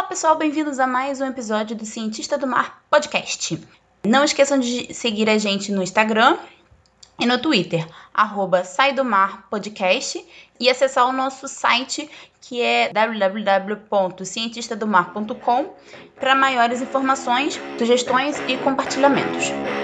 pessoal, bem-vindos a mais um episódio do Cientista do Mar Podcast. Não esqueçam de seguir a gente no Instagram e no Twitter, @saidomarpodcast, e acessar o nosso site, que é www.cientistadomar.com, para maiores informações, sugestões e compartilhamentos.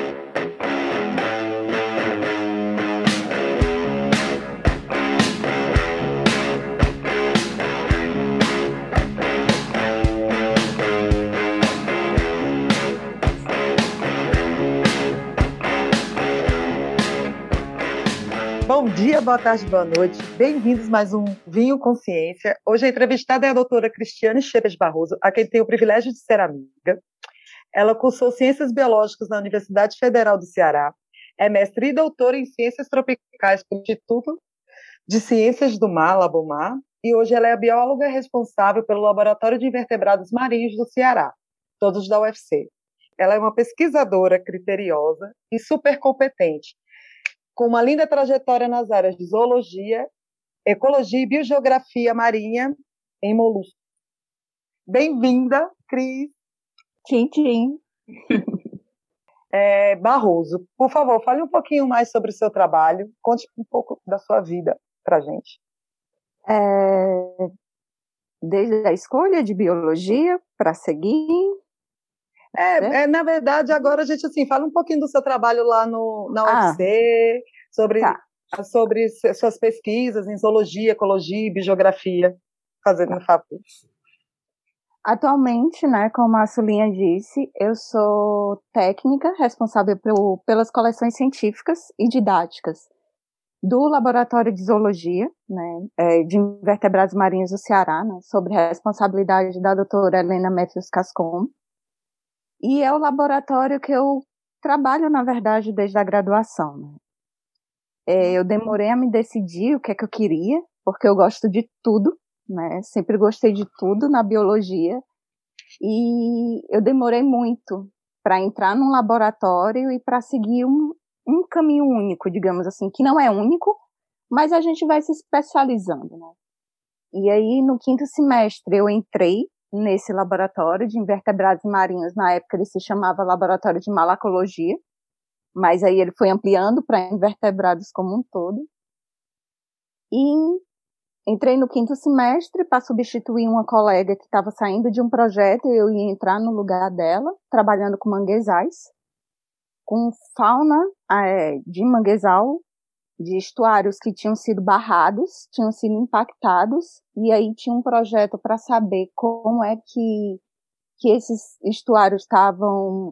Bom dia, boa tarde, boa noite. Bem-vindos a mais um Vinho Consciência. Hoje a entrevistada é a doutora Cristiane Cheves Barroso, a quem tenho o privilégio de ser amiga. Ela cursou Ciências Biológicas na Universidade Federal do Ceará, é mestre e doutora em Ciências Tropicais pelo Instituto de Ciências do Mar, Labomar, e hoje ela é a bióloga responsável pelo Laboratório de Invertebrados Marinhos do Ceará, todos da UFC. Ela é uma pesquisadora criteriosa e super competente, com uma linda trajetória nas áreas de zoologia, ecologia e biogeografia marinha em moluscos. Bem-vinda, Cris. Tchim. Barroso, por favor, fale um pouquinho mais sobre o seu trabalho, conte um pouco da sua vida para a gente. Desde a escolha de biologia para seguir. Na verdade, agora a gente fala um pouquinho do seu trabalho lá na UFC, sobre suas pesquisas em zoologia, ecologia e biogeografia, fazendo um favor. Atualmente, como a Sulinha disse, eu sou técnica responsável pelas coleções científicas e didáticas do Laboratório de Zoologia, de Invertebrados Marinhos do Ceará, sob a responsabilidade da doutora Helena Matthews Cascon. E é o laboratório que eu trabalho, na verdade, desde a graduação. Eu demorei a me decidir o que é que eu queria, porque eu gosto de tudo, sempre gostei de tudo na biologia, e eu demorei muito para entrar num laboratório e para seguir um caminho único, digamos assim, que não é único, mas a gente vai se especializando. E aí, no 5º semestre, eu entrei nesse laboratório de invertebrados marinhos. Na época ele se chamava Laboratório de Malacologia, mas aí ele foi ampliando para invertebrados como um todo. E entrei no 5º semestre para substituir uma colega que estava saindo de um projeto, e eu ia entrar no lugar dela, trabalhando com manguezais, com fauna de manguezal, de estuários que tinham sido barrados, tinham sido impactados, e aí tinha um projeto para saber como é que esses estuários estavam,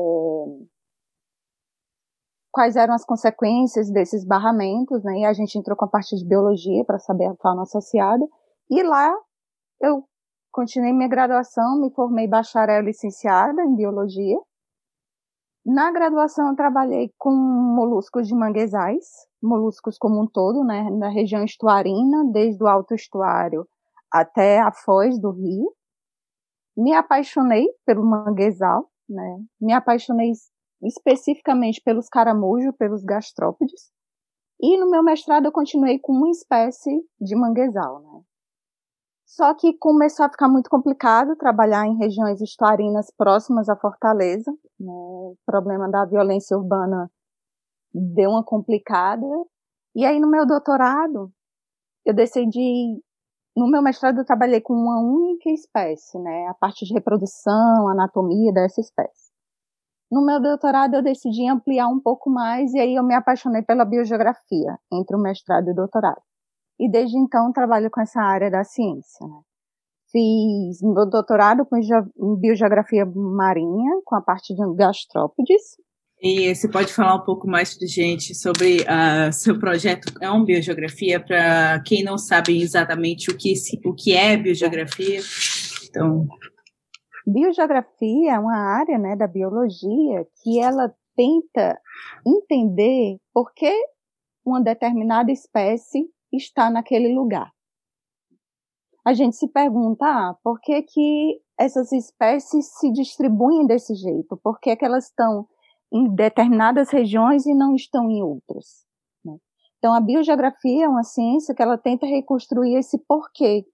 quais eram as consequências desses barramentos, e a gente entrou com a parte de biologia para saber a fauna associada, e lá eu continuei minha graduação, me formei bacharel licenciada em biologia. Na graduação eu trabalhei com moluscos de manguezais, moluscos como um todo, na região estuarina, desde o alto estuário até a foz do rio. Me apaixonei pelo manguezal, me apaixonei especificamente pelos caramujos, pelos gastrópodes, e no meu mestrado eu continuei com uma espécie de manguezal. Só que começou a ficar muito complicado trabalhar em regiões estuarinas próximas à Fortaleza, O problema da violência urbana deu uma complicada, e aí no meu doutorado eu decidi. No meu mestrado eu trabalhei com uma única espécie, a parte de reprodução, anatomia dessa espécie. No meu doutorado eu decidi ampliar um pouco mais, e aí eu me apaixonei pela biogeografia, entre o mestrado e o doutorado. E desde então trabalho com essa área da ciência. Fiz meu doutorado em biogeografia marinha, com a parte de gastrópodes. E você pode falar um pouco mais para a gente sobre seu projeto biogeografia, para quem não sabe exatamente o que é biogeografia? Então, biogeografia é uma área da biologia que ela tenta entender por que uma determinada espécie está naquele lugar. A gente se pergunta, por que essas espécies se distribuem desse jeito? Por que elas estão em determinadas regiões e não estão em outras? Então, a biogeografia é uma ciência que ela tenta reconstruir esse porquê.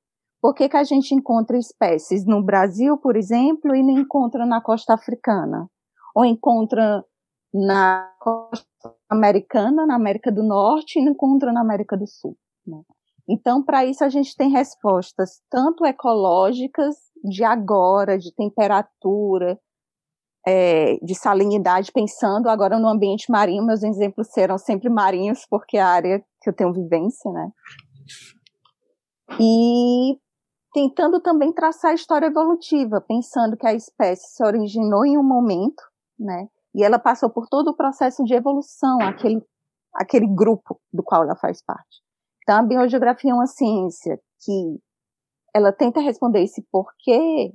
Por que que a gente encontra espécies no Brasil, por exemplo, e não encontra na costa africana? Ou encontra na costa americana, na América do Norte, e não encontra na América do Sul, né? Então, para isso, a gente tem respostas tanto ecológicas, de agora, de temperatura, de salinidade, pensando agora no ambiente marinho. Meus exemplos serão sempre marinhos, porque é a área que eu tenho vivência, né? E tentando também traçar a história evolutiva, pensando que a espécie se originou em um momento, né? E ela passou por todo o processo de evolução, aquele grupo do qual ela faz parte. Então, a biogeografia é uma ciência que ela tenta responder esse porquê,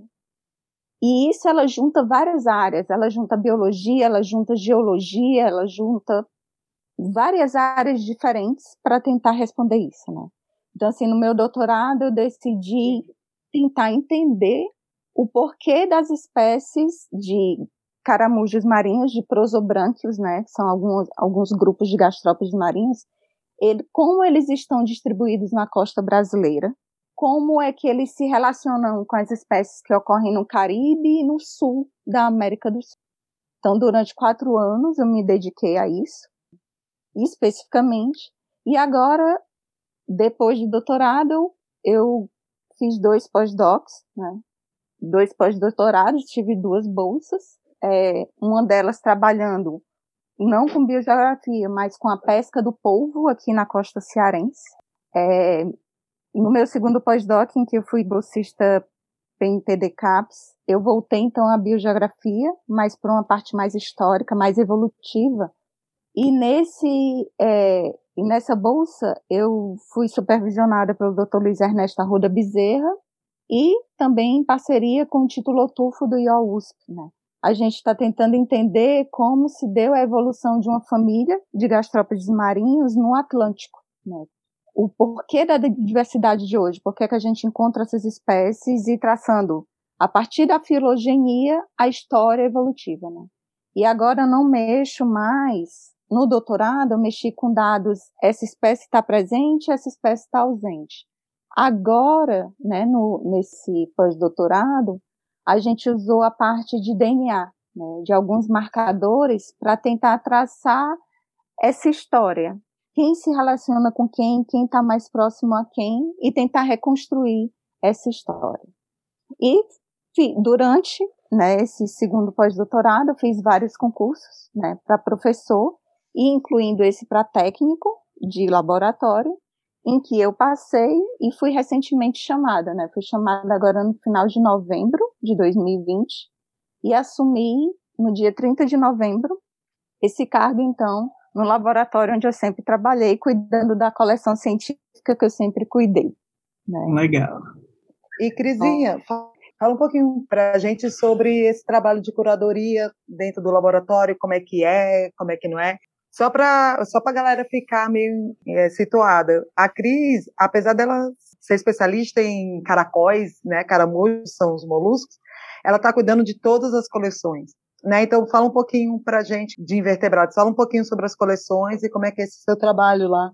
e isso ela junta várias áreas, ela junta biologia, ela junta geologia, ela junta várias áreas diferentes para tentar responder isso, né? Então, assim, no meu doutorado eu decidi tentar entender o porquê das espécies de caramujos marinhos, de prosobrânquios, né, que são alguns grupos de gastrópodes marinhos, como eles estão distribuídos na costa brasileira, como é que eles se relacionam com as espécies que ocorrem no Caribe e no sul da América do Sul. Então, durante 4 anos, eu me dediquei a isso, especificamente, e agora, depois do doutorado, eu fiz 2 pós-docs, né? 2 pós-doutorados, tive 2 bolsas, uma delas trabalhando não com biogeografia, mas com a pesca do polvo aqui na costa cearense. No meu segundo pós-doc, em que eu fui bolsista PNPD CAPES, eu voltei então à biogeografia, mas para uma parte mais histórica, mais evolutiva. E nessa bolsa eu fui supervisionada pelo Dr. Luiz Ernesto Arruda Bezerra e também em parceria com o Título Otufo do IOUSP, né? A gente está tentando entender como se deu a evolução de uma família de gastrópodes marinhos no Atlântico, né? O porquê da diversidade de hoje, por que a gente encontra essas espécies e traçando, a partir da filogenia, a história evolutiva, né? E agora eu não mexo mais, no doutorado eu mexi com dados, essa espécie está presente, essa espécie está ausente. Agora, né, nesse pós-doutorado, a gente usou a parte de DNA, né, de alguns marcadores para tentar traçar essa história. Quem se relaciona com quem está mais próximo a quem, e tentar reconstruir essa história. E durante, né, esse segundo pós-doutorado, eu fiz vários concursos, né, para professor, incluindo esse para técnico de laboratório, em que eu passei e fui recentemente chamada, né? Fui chamada agora no final de novembro de 2020 e assumi no dia 30 de novembro esse cargo, então, no laboratório onde eu sempre trabalhei, cuidando da coleção científica que eu sempre cuidei, né? Legal. E, Crisinha, fala um pouquinho para a gente sobre esse trabalho de curadoria dentro do laboratório, como é, como é que não é. Só para a galera ficar meio situada. A Cris, apesar dela ser especialista em caracóis, né, caramujos são os moluscos, ela está cuidando de todas as coleções, né? Então, fala um pouquinho para a gente de invertebrados, fala um pouquinho sobre as coleções e como é que é esse seu trabalho lá.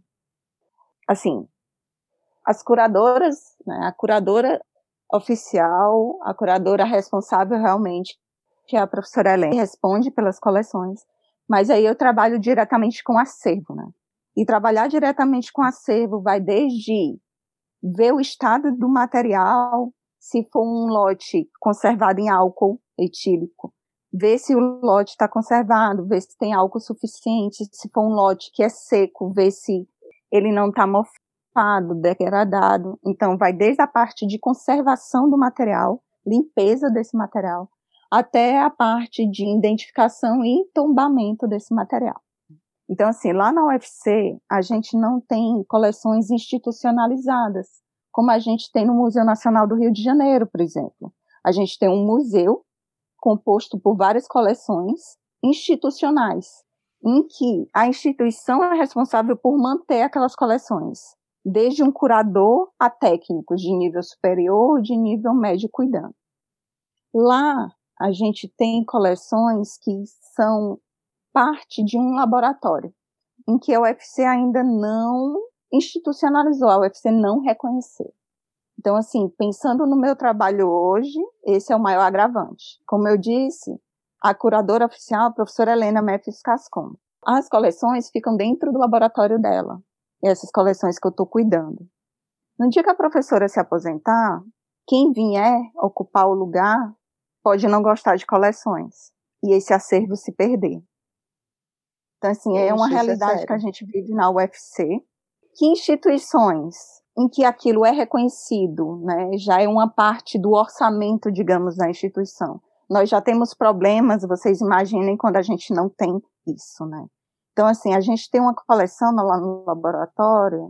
Assim, as curadoras, né, a curadora oficial, a curadora responsável realmente, que é a professora Helena, que responde pelas coleções, mas aí eu trabalho diretamente com acervo, né? E trabalhar diretamente com acervo vai desde ver o estado do material, se for um lote conservado em álcool etílico, ver se o lote está conservado, ver se tem álcool suficiente, se for um lote que é seco, ver se ele não está mofado, degradado. Então, vai desde a parte de conservação do material, limpeza desse material, até a parte de identificação e tombamento desse material. Então, assim, lá na UFC, a gente não tem coleções institucionalizadas, como a gente tem no Museu Nacional do Rio de Janeiro, por exemplo. A gente tem um museu composto por várias coleções institucionais, em que a instituição é responsável por manter aquelas coleções, desde um curador a técnicos de nível superior, de nível médio cuidando. Lá, a gente tem coleções que são parte de um laboratório, em que a UFC ainda não institucionalizou, a UFC não reconheceu. Então, assim, pensando no meu trabalho hoje, esse é o maior agravante. Como eu disse, a curadora oficial é a professora Helena Memphis Cascon. As coleções ficam dentro do laboratório dela, essas coleções que eu estou cuidando. No dia que a professora se aposentar, quem vier ocupar o lugar pode não gostar de coleções e esse acervo se perder. Então, assim, é uma realidade que a gente vive na UFC. Que instituições em que aquilo é reconhecido, né, já é uma parte do orçamento, digamos, da instituição. Nós já temos problemas, vocês imaginem quando a gente não tem isso, né? Então, assim, a gente tem uma coleção lá no laboratório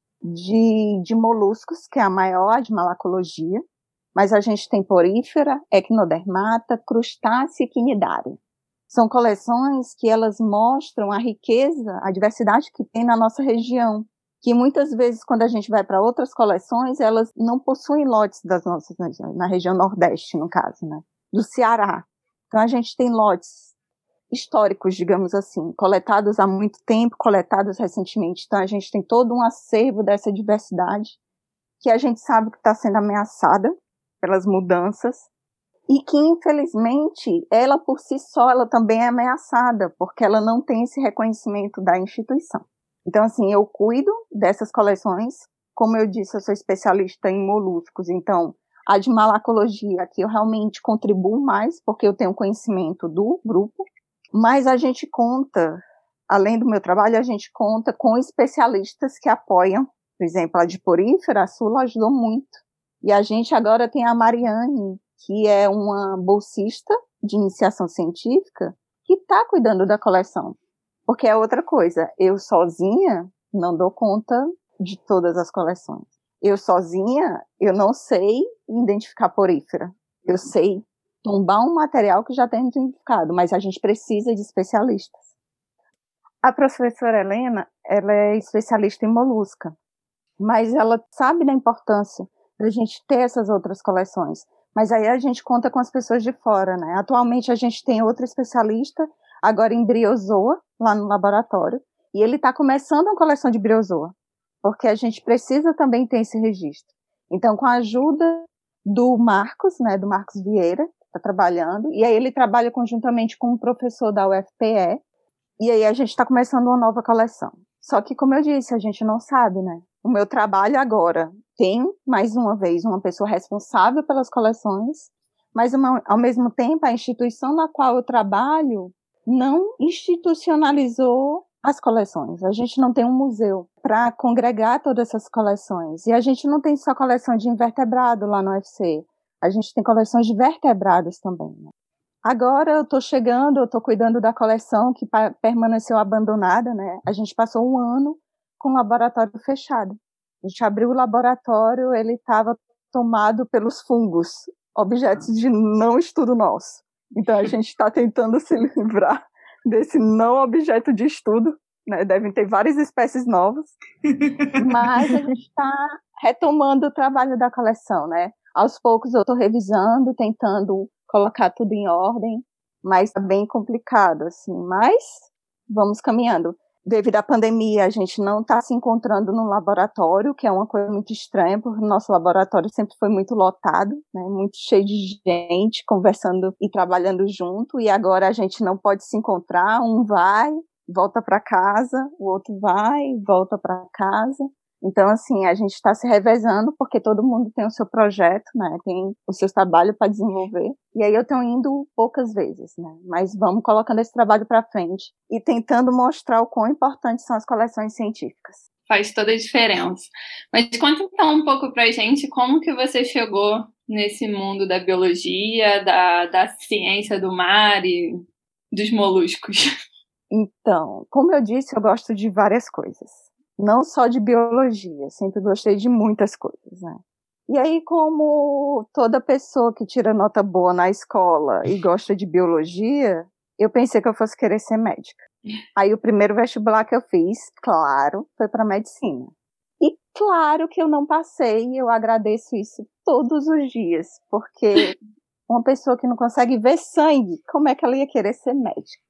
de moluscos, que é a maior de malacologia, mas a gente tem porífera, equinodermata, crustácea e quinidária. São coleções que elas mostram a riqueza, a diversidade que tem na nossa região, que muitas vezes, quando a gente vai para outras coleções, elas não possuem lotes das nossas regiões, na região Nordeste, no caso, né, do Ceará. Então, a gente tem lotes históricos, digamos assim, coletados há muito tempo, coletados recentemente. Então, a gente tem todo um acervo dessa diversidade, que a gente sabe que está sendo ameaçada pelas mudanças, e que, infelizmente, ela por si só, ela também é ameaçada, porque ela não tem esse reconhecimento da instituição. Então, assim, eu cuido dessas coleções. Como eu disse, eu sou especialista em moluscos, então a de malacologia aqui eu realmente contribuo mais, porque eu tenho conhecimento do grupo, mas a gente conta, além do meu trabalho, a gente conta com especialistas que apoiam. Por exemplo, a de porífera, a Sula ajudou muito. E a gente agora tem a Mariane, que é uma bolsista de iniciação científica, que está cuidando da coleção. Porque é outra coisa, eu sozinha não dou conta de todas as coleções. Eu sozinha, eu não sei identificar porífera. Eu sei tombar um material que já tem identificado, mas a gente precisa de especialistas. A professora Helena, ela é especialista em molusca, mas ela sabe da importância da gente ter essas outras coleções. Mas aí a gente conta com as pessoas de fora, né? Atualmente a gente tem outro especialista, agora em briozoa, lá no laboratório, e ele está começando a coleção de briozoa, porque a gente precisa também ter esse registro. Então, com a ajuda do Marcos, né, do Marcos Vieira, que está trabalhando, e aí ele trabalha conjuntamente com um professor da UFPE, e aí a gente está começando uma nova coleção. Só que, como eu disse, a gente não sabe, né? O meu trabalho agora tem, mais uma vez, uma pessoa responsável pelas coleções, mas, ao mesmo tempo, a instituição na qual eu trabalho não institucionalizou as coleções. A gente não tem um museu para congregar todas essas coleções. E a gente não tem só coleção de invertebrado lá no UFC. A gente tem coleções de vertebrados também, né? Agora eu estou chegando, eu estou cuidando da coleção que permaneceu abandonada, né? A gente passou um ano com o laboratório fechado. A gente abriu o laboratório, ele estava tomado pelos fungos, objetos de não estudo nosso. Então a gente está tentando se livrar desse não objeto de estudo, né? Devem ter várias espécies novas, mas a gente está retomando o trabalho da coleção, né? Aos poucos eu estou revisando, tentando colocar tudo em ordem, mas está bem complicado, assim, mas vamos caminhando. Devido à pandemia, a gente não está se encontrando no laboratório, que é uma coisa muito estranha, porque o nosso laboratório sempre foi muito lotado, né, muito cheio de gente conversando e trabalhando junto, e agora a gente não pode se encontrar, um vai, volta para casa, o outro vai, volta para casa. Então, assim, a gente está se revezando porque todo mundo tem o seu projeto, né? Tem o seu trabalho para desenvolver. E aí eu estou indo poucas vezes, né? Mas vamos colocando esse trabalho para frente e tentando mostrar o quão importantes são as coleções científicas. Faz toda a diferença. Mas conta então um pouco pra gente como que você chegou nesse mundo da biologia, da ciência do mar e dos moluscos. Então, como eu disse, eu gosto de várias coisas. Não só de biologia, sempre gostei de muitas coisas, né? E aí, como toda pessoa que tira nota boa na escola e gosta de biologia, eu pensei que eu fosse querer ser médica. Aí o primeiro vestibular que eu fiz, claro, foi para medicina. E claro que eu não passei, e eu agradeço isso todos os dias, porque uma pessoa que não consegue ver sangue, como é que ela ia querer ser médica?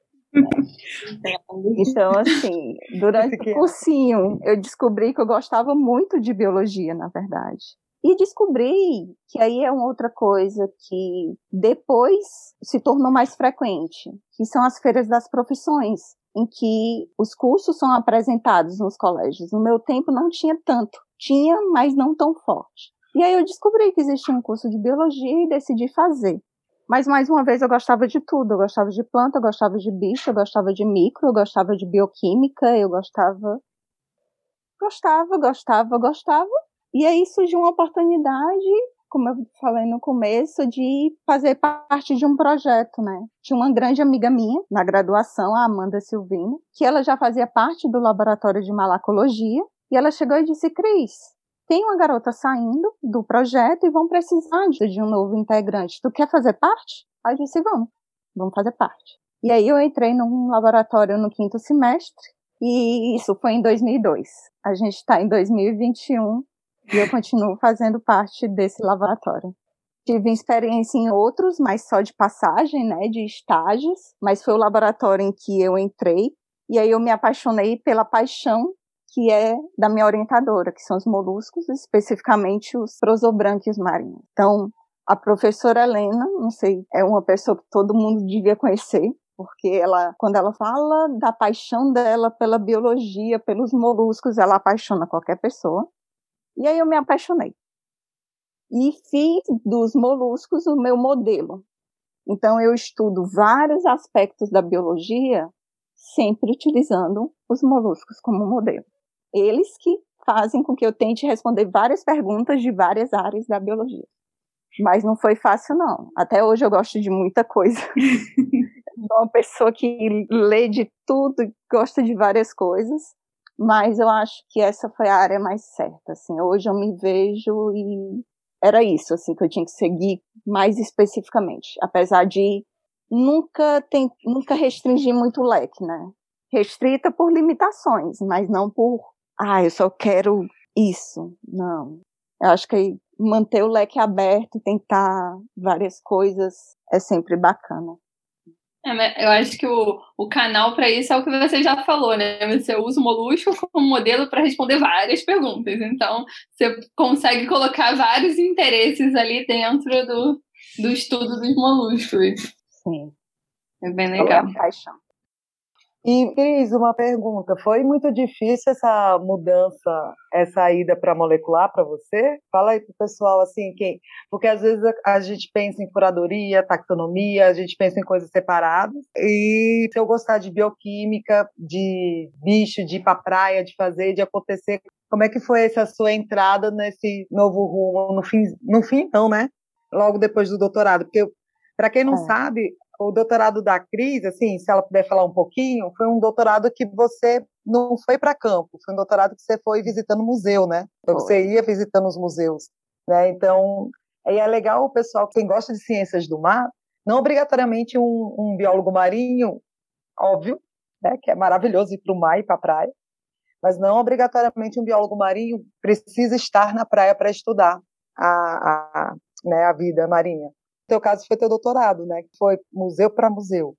Então, assim, durante o cursinho, eu descobri que eu gostava muito de biologia, na verdade. E descobri que aí é uma outra coisa que depois se tornou mais frequente, que são as feiras das profissões, em que os cursos são apresentados nos colégios. No meu tempo não tinha tanto, tinha, mas não tão forte. E aí eu descobri que existia um curso de biologia e decidi fazer. Mas, mais uma vez, eu gostava de tudo. Eu gostava de planta, eu gostava de bicho, eu gostava de micro, eu gostava de bioquímica, eu gostava. E aí surgiu uma oportunidade, como eu falei no começo, de fazer parte de um projeto, né? Tinha uma grande amiga minha, na graduação, a Amanda Silvino, que ela já fazia parte do laboratório de malacologia, e ela chegou e disse, Cris, tem uma garota saindo do projeto e vão precisar de um novo integrante. Tu quer fazer parte? Aí eu disse, vamos fazer parte. E aí eu entrei num laboratório no 5º semestre, e isso foi em 2002. A gente está em 2021 e eu continuo fazendo parte desse laboratório. Tive experiência em outros, mas só de passagem, né, de estágios, mas foi o laboratório em que eu entrei, e aí eu me apaixonei pela paixão que é da minha orientadora, que são os moluscos, especificamente os prosobrânquios marinhos. Então, a professora Helena, não sei, é uma pessoa que todo mundo devia conhecer, porque ela, quando ela fala da paixão dela pela biologia, pelos moluscos, ela apaixona qualquer pessoa. E aí eu me apaixonei. E fiz dos moluscos o meu modelo. Então eu estudo vários aspectos da biologia, sempre utilizando os moluscos como modelo. Eles que fazem com que eu tente responder várias perguntas de várias áreas da biologia. Mas não foi fácil, não. Até hoje eu gosto de muita coisa. Sou uma pessoa que lê de tudo, gosta de várias coisas, mas eu acho que essa foi a área mais certa, assim. Hoje eu me vejo e era isso, assim, que eu tinha que seguir mais especificamente, apesar de nunca restringir muito o leque, né? Restrita por limitações, mas não por, eu só quero isso, não. Eu acho que manter o leque aberto e tentar várias coisas é sempre bacana. Mas eu acho que o canal para isso é o que você já falou, né? Você usa o molusco como modelo para responder várias perguntas. Então, você consegue colocar vários interesses ali dentro do estudo dos moluscos. Sim. É bem legal. É paixão. E, Cris, uma pergunta. Foi muito difícil essa mudança, essa ida para molecular para você? Fala aí para o pessoal, assim, porque às vezes a gente pensa em curadoria, taxonomia, a gente pensa em coisas separadas. E se eu gostar de bioquímica, de bicho, de ir para a praia, de fazer, de acontecer, como é que foi essa sua entrada nesse novo rumo? No fim, então, né? Logo depois do doutorado. Porque, para quem não sabe, o doutorado da Cris, assim, se ela puder falar um pouquinho, foi um doutorado que você não foi para campo, foi um doutorado que você foi visitando museu, né? Você ia visitando os museus, né? Então, aí é legal o pessoal, quem gosta de ciências do mar, não obrigatoriamente um biólogo marinho, óbvio, né? Que é maravilhoso ir para o mar e para a praia, mas não obrigatoriamente um biólogo marinho precisa estar na praia para estudar né, a vida marinha. No teu caso foi teu doutorado, né? Que foi museu para museu.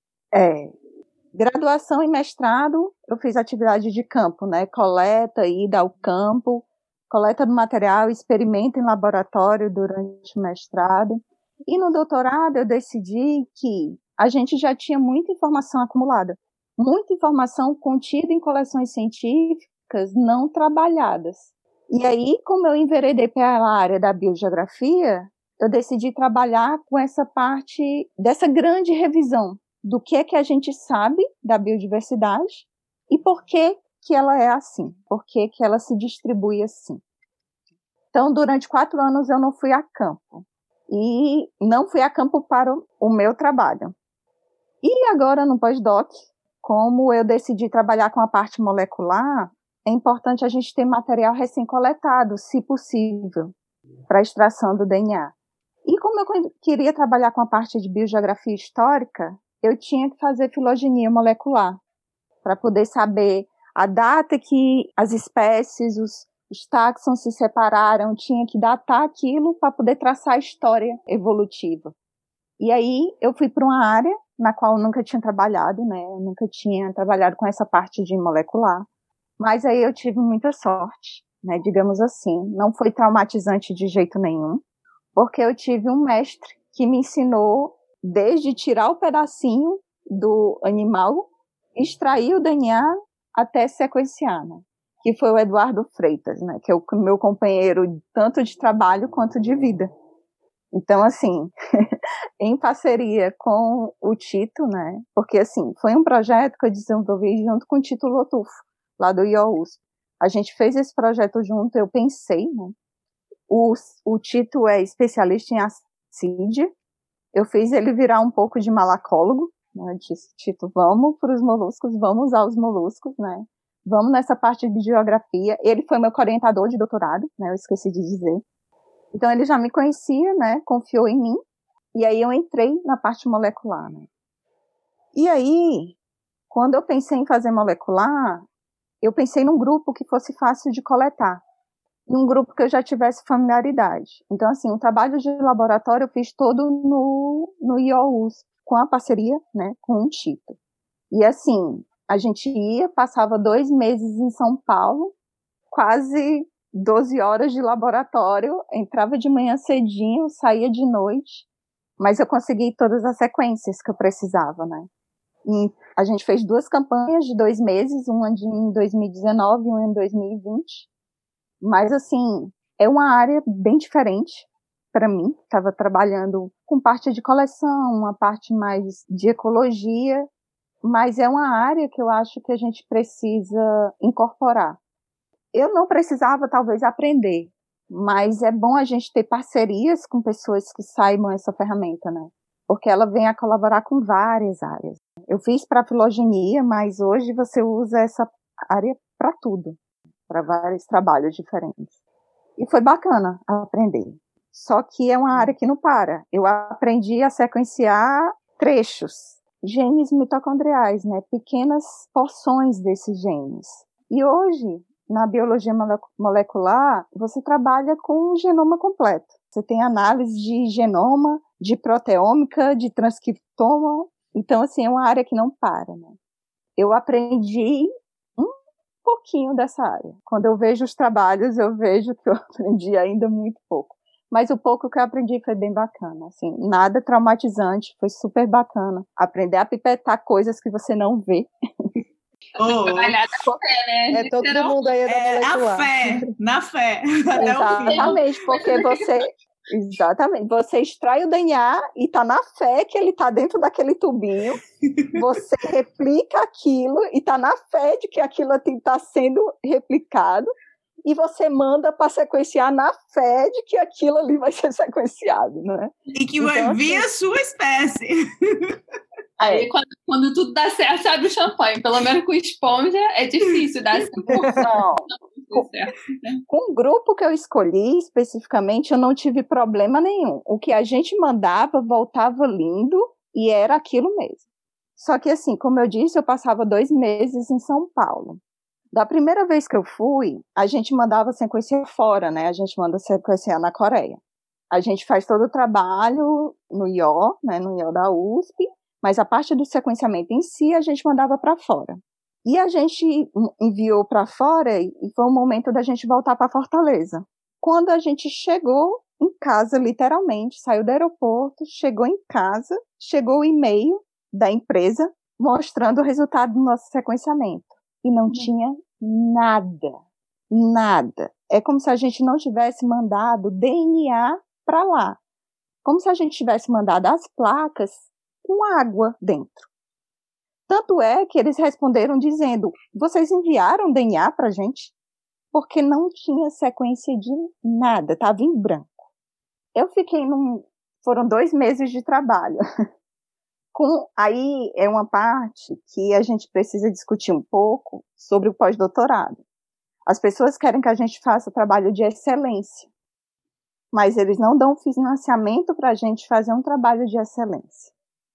Graduação e mestrado, eu fiz atividade de campo, né? Coleta, ida ao campo, coleta do material, experimento em laboratório durante o mestrado. E no doutorado eu decidi que a gente já tinha muita informação acumulada, muita informação contida em coleções científicas não trabalhadas. E aí, como eu enveredei pela área da biogeografia, eu decidi trabalhar com essa parte dessa grande revisão do que é que a gente sabe da biodiversidade e por que ela é assim, por que ela se distribui assim. Então, durante 4 anos eu não fui a campo. E não fui a campo para o meu trabalho. E agora, no pós-doc, como eu decidi trabalhar com a parte molecular, é importante a gente ter material recém-coletado, se possível, para a extração do DNA. E como eu queria trabalhar com a parte de biogeografia histórica, eu tinha que fazer filogenia molecular, para poder saber a data que as espécies, os táxons se separaram, tinha que datar aquilo para poder traçar a história evolutiva. E aí eu fui para uma área na qual eu nunca tinha trabalhado, né? Eu nunca tinha trabalhado com essa parte de molecular. Mas aí eu tive muita sorte né, digamos assim. Não foi traumatizante de jeito nenhum, porque eu tive um mestre que me ensinou desde tirar o pedacinho do animal, extrair o DNA até sequenciar, né? Que foi o Eduardo Freitas, né? Que é o meu companheiro tanto de trabalho quanto de vida. Então, assim, em parceria com o Tito, né? Porque, assim, foi um projeto que eu desenvolvi junto com o Tito Lotufo, lá do IOUSP. A gente fez esse projeto junto, eu pensei, né? O Tito é especialista em assídia. Eu fiz ele virar um pouco de malacólogo, né? Eu disse, Tito, vamos para os moluscos, vamos usar os moluscos, né? Vamos nessa parte de geografia. Ele foi meu orientador de doutorado, né? Eu esqueci de dizer. Então ele já me conhecia, né? Confiou em mim. E aí eu entrei na parte molecular, né? E aí, quando eu pensei em fazer molecular, eu pensei num grupo que fosse fácil de coletar. E um grupo que eu já tivesse familiaridade. Então, assim, o trabalho de laboratório eu fiz todo no IOUSP, com a parceria, né, com o Tito. E, assim, a gente passava 2 meses em São Paulo, quase 12 horas de laboratório, entrava de manhã cedinho, saía de noite, mas eu consegui todas as sequências que eu precisava, né. E a gente fez 2 campanhas de 2 meses, uma em 2019 e uma em 2020. Mas, assim, é uma área bem diferente para mim. Estava trabalhando com parte de coleção, uma parte mais de ecologia, mas é uma área que eu acho que a gente precisa incorporar. Eu não precisava, talvez, aprender, mas é bom a gente ter parcerias com pessoas que saibam essa ferramenta, né? Porque ela vem a colaborar com várias áreas. Eu fiz para filogenia, mas hoje você usa essa área para tudo, para vários trabalhos diferentes. E foi bacana aprender. Só que é uma área que não para. Eu aprendi a sequenciar trechos, genes mitocondriais, né? Pequenas porções desses genes. E hoje, na biologia molecular, você trabalha com o genoma completo. Você tem análise de genoma, de proteômica, de transcriptoma. Então, assim, é uma área que não para, né? Eu aprendi pouquinho dessa área. Quando eu vejo os trabalhos, eu vejo que eu aprendi ainda muito pouco. Mas o pouco que eu aprendi foi bem bacana, assim, nada traumatizante, foi super bacana. Aprender a pipetar coisas que você não vê. Trabalhar na fé, né? Todo mundo aí é da molecular. Na fé. Exatamente, porque você extrai o DNA e tá na fé que ele tá dentro daquele tubinho, você replica aquilo e tá na fé de que aquilo está sendo replicado, e você manda para sequenciar na fé de que aquilo ali vai ser sequenciado, né? E que vai então, vir a sua espécie. Aí, quando tudo dá certo, você abre o champanhe. Pelo menos com esponja, é difícil dar essa porção. Com o grupo que eu escolhi, especificamente, eu não tive problema nenhum. O que a gente mandava, voltava lindo, e era aquilo mesmo. Só que, assim, como eu disse, eu passava 2 meses em São Paulo. Da primeira vez que eu fui, a gente mandava sequenciar fora, né? A gente manda sequenciar na Coreia. A gente faz todo o trabalho no IO, né? No IO da USP, mas a parte do sequenciamento em si, a gente mandava para fora. E a gente enviou para fora e foi o momento da gente voltar para Fortaleza. Quando a gente chegou em casa, literalmente, saiu do aeroporto, chegou em casa, chegou o e-mail da empresa mostrando o resultado do nosso sequenciamento. E não tinha nada. É como se a gente não tivesse mandado DNA para lá. Como se a gente tivesse mandado as placas com água dentro. Tanto é que eles responderam dizendo, vocês enviaram DNA para a gente? Porque não tinha sequência de nada, estava em branco. Eu fiquei foram 2 meses de trabalho. Aí é uma parte que a gente precisa discutir um pouco sobre o pós-doutorado. As pessoas querem que a gente faça trabalho de excelência, mas eles não dão financiamento para a gente fazer um trabalho de excelência.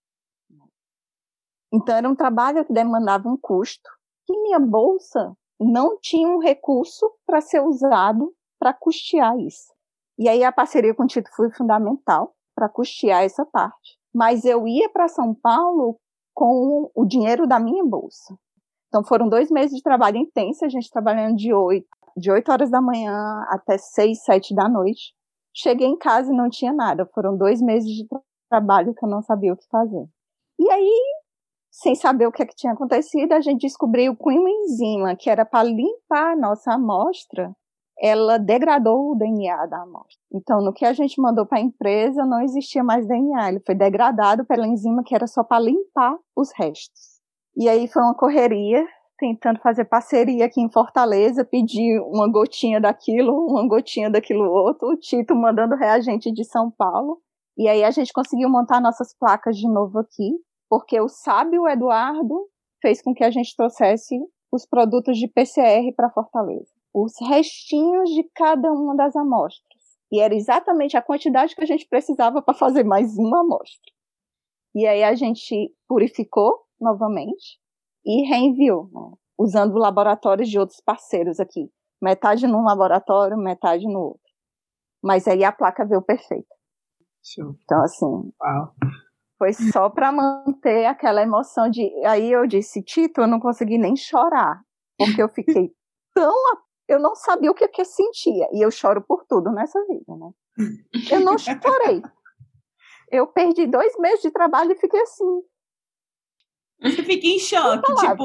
Então, era um trabalho que demandava um custo, que minha bolsa não tinha um recurso para ser usado para custear isso. E aí a parceria com o Tito foi fundamental para custear essa parte. Mas eu ia para São Paulo com o dinheiro da minha bolsa. Então, foram 2 meses de trabalho intenso, a gente trabalhando de 8 de 8 horas da manhã até 6, 7 da noite. Cheguei em casa e não tinha nada. Foram 2 meses de trabalho que eu não sabia o que fazer. E aí, sem saber o que tinha acontecido, a gente descobriu que uma enzima que era para limpar a nossa amostra, ela degradou o DNA da amostra. Então, no que a gente mandou para a empresa, não existia mais DNA. Ele foi degradado pela enzima que era só para limpar os restos. E aí foi uma correria, tentando fazer parceria aqui em Fortaleza, pedir uma gotinha daquilo, uma gotinha daquilo outro, o Tito mandando reagente de São Paulo. E aí a gente conseguiu montar nossas placas de novo aqui, porque o sábio Eduardo fez com que a gente trouxesse os produtos de PCR para Fortaleza. Os restinhos de cada uma das amostras. E era exatamente a quantidade que a gente precisava para fazer mais uma amostra. E aí a gente purificou novamente e reenviou, né, usando laboratórios de outros parceiros aqui. Metade num laboratório, metade no outro. Mas aí a placa veio perfeita. Show. Então, assim, Uau. foi só para manter aquela emoção de... Aí eu disse, Tito, eu não consegui nem chorar, porque eu fiquei tão... Eu não sabia o que eu sentia, e eu choro por tudo nessa vida, né? Eu não chorei. Eu perdi 2 meses de trabalho e fiquei assim. Você fica em choque, tipo...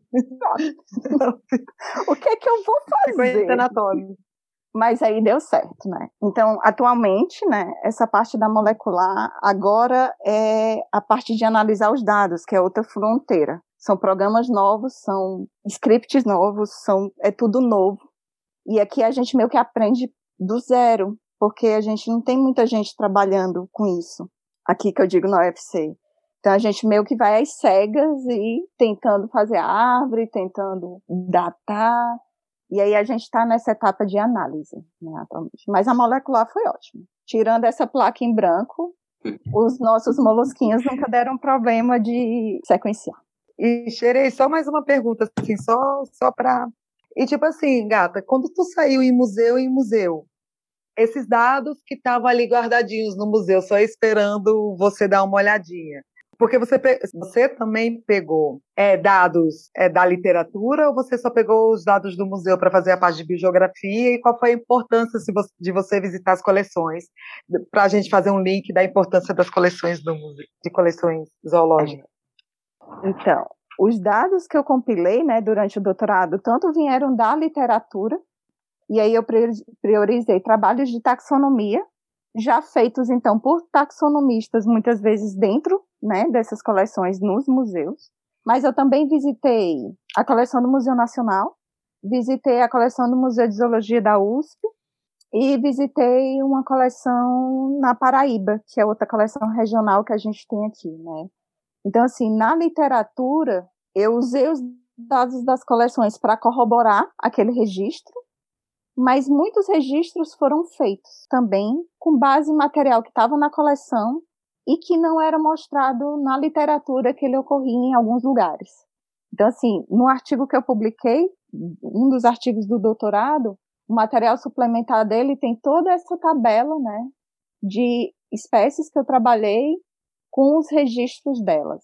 O que é que eu vou fazer? Mas aí deu certo, né? Então, atualmente, né, essa parte da molecular agora é a parte de analisar os dados, que é outra fronteira. São programas novos, são scripts novos, é tudo novo. E aqui a gente meio que aprende do zero, porque a gente não tem muita gente trabalhando com isso. Aqui que eu digo na UFC. Então a gente meio que vai às cegas e tentando fazer a árvore, tentando datar. E aí a gente está nessa etapa de análise, né, atualmente. Mas a molecular foi ótima. Tirando essa placa em branco, os nossos molusquinhos nunca deram problema de sequenciar. E, Xerei, só mais uma pergunta, assim, só para... E tipo assim, gata, quando tu saiu em museu, esses dados que estavam ali guardadinhos no museu, só esperando você dar uma olhadinha, porque você também pegou dados da literatura ou você só pegou os dados do museu para fazer a parte de biogeografia e qual foi a importância de você visitar as coleções, para a gente fazer um link da importância das coleções do museu, de coleções zoológicas? Então, os dados que eu compilei, né, durante o doutorado, tanto vieram da literatura, e aí eu priorizei trabalhos de taxonomia, já feitos, então, por taxonomistas, muitas vezes dentro, né, dessas coleções nos museus. Mas eu também visitei a coleção do Museu Nacional, visitei a coleção do Museu de Zoologia da USP e visitei uma coleção na Paraíba, que é outra coleção regional que a gente tem aqui, né. Então, assim, na literatura, eu usei os dados das coleções para corroborar aquele registro, mas muitos registros foram feitos também com base em material que estava na coleção e que não era mostrado na literatura que ele ocorria em alguns lugares. Então, assim, no artigo que eu publiquei, um dos artigos do doutorado, o material suplementar dele tem toda essa tabela, né, de espécies que eu trabalhei com os registros delas.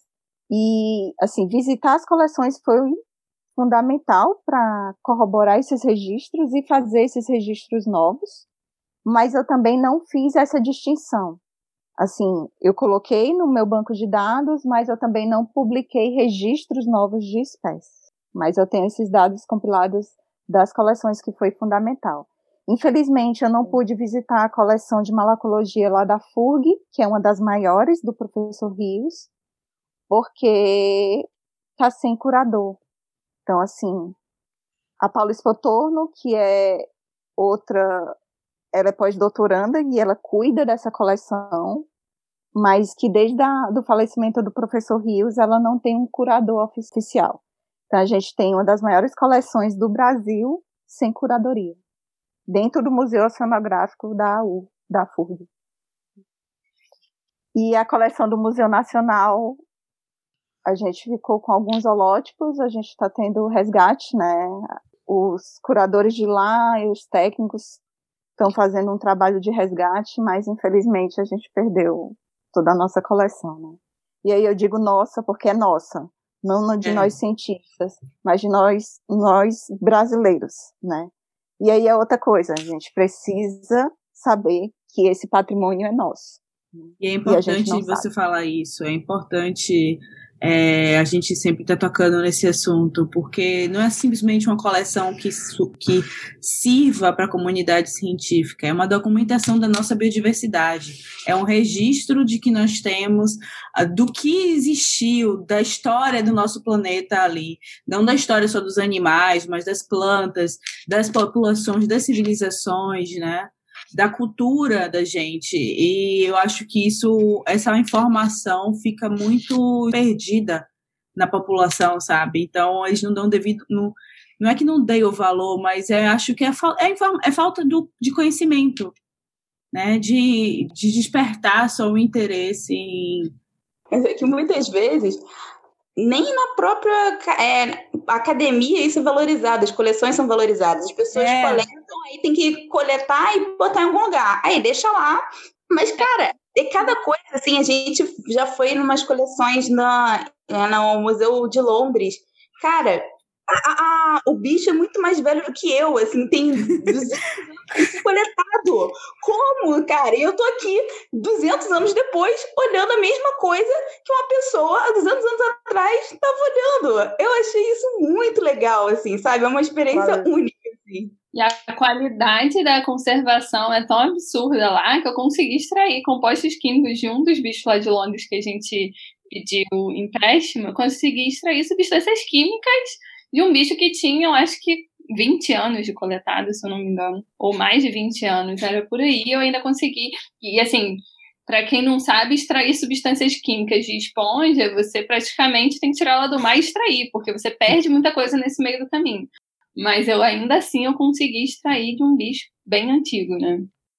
E, assim, visitar as coleções foi fundamental para corroborar esses registros e fazer esses registros novos, mas eu também não fiz essa distinção. Assim, eu coloquei no meu banco de dados, mas eu também não publiquei registros novos de espécies. Mas eu tenho esses dados compilados das coleções, que foi fundamental. Infelizmente, eu não pude visitar a coleção de malacologia lá da FURG, que é uma das maiores do professor Rios, porque está sem curador. Então, assim, a Paula Spotorno, que é outra, ela é pós-doutoranda e ela cuida dessa coleção, mas que desde do falecimento do professor Rios, ela não tem um curador oficial. Então, a gente tem uma das maiores coleções do Brasil sem curadoria, dentro do Museu Oceanográfico da FURG. E a coleção do Museu Nacional, a gente ficou com alguns holótipos, a gente está tendo resgate, né? Os curadores de lá e os técnicos estão fazendo um trabalho de resgate, mas infelizmente a gente perdeu toda a nossa coleção, né? E aí eu digo nossa, porque é nossa, não de nós cientistas, mas de nós brasileiros, né? E aí é outra coisa, a gente precisa saber que esse patrimônio é nosso. E é importante você falar isso, é importante a gente sempre estar tocando nesse assunto, porque não é simplesmente uma coleção que sirva para a comunidade científica, é uma documentação da nossa biodiversidade, é um registro de que nós temos, do que existiu, da história do nosso planeta ali, não da história só dos animais, mas das plantas, das populações, das civilizações, né? Da cultura da gente, e eu acho que essa informação fica muito perdida na população, sabe? Então, eles não dão devido, não é que não dêem o valor, mas acho que é falta de conhecimento, né? De despertar só o interesse em... Mas é que muitas vezes nem na própria academia isso é valorizado, as coleções são valorizadas, as pessoas coletam, aí tem que coletar e botar em algum lugar, aí deixa lá, mas cara, é cada coisa, assim, a gente já foi em umas coleções no Museu de Londres, cara, o bicho é muito mais velho do que eu, assim, tem 200 anos coletado. Como, cara? E eu tô aqui 200 anos depois olhando a mesma coisa que uma pessoa há 200 anos atrás estava olhando. Eu achei isso muito legal, assim, sabe? É uma experiência única, assim. E a qualidade da conservação é tão absurda lá que eu consegui extrair compostos químicos de um dos bichos lá de Londres que a gente pediu empréstimo. Eu consegui extrair substâncias químicas de um bicho que tinha, eu acho que 20 anos de coletado, se eu não me engano, ou mais de 20 anos, era por aí, eu ainda consegui, e assim, para quem não sabe, extrair substâncias químicas de esponja, você praticamente tem que tirar ela do mar e extrair, porque você perde muita coisa nesse meio do caminho, mas ainda assim eu consegui extrair de um bicho bem antigo, né?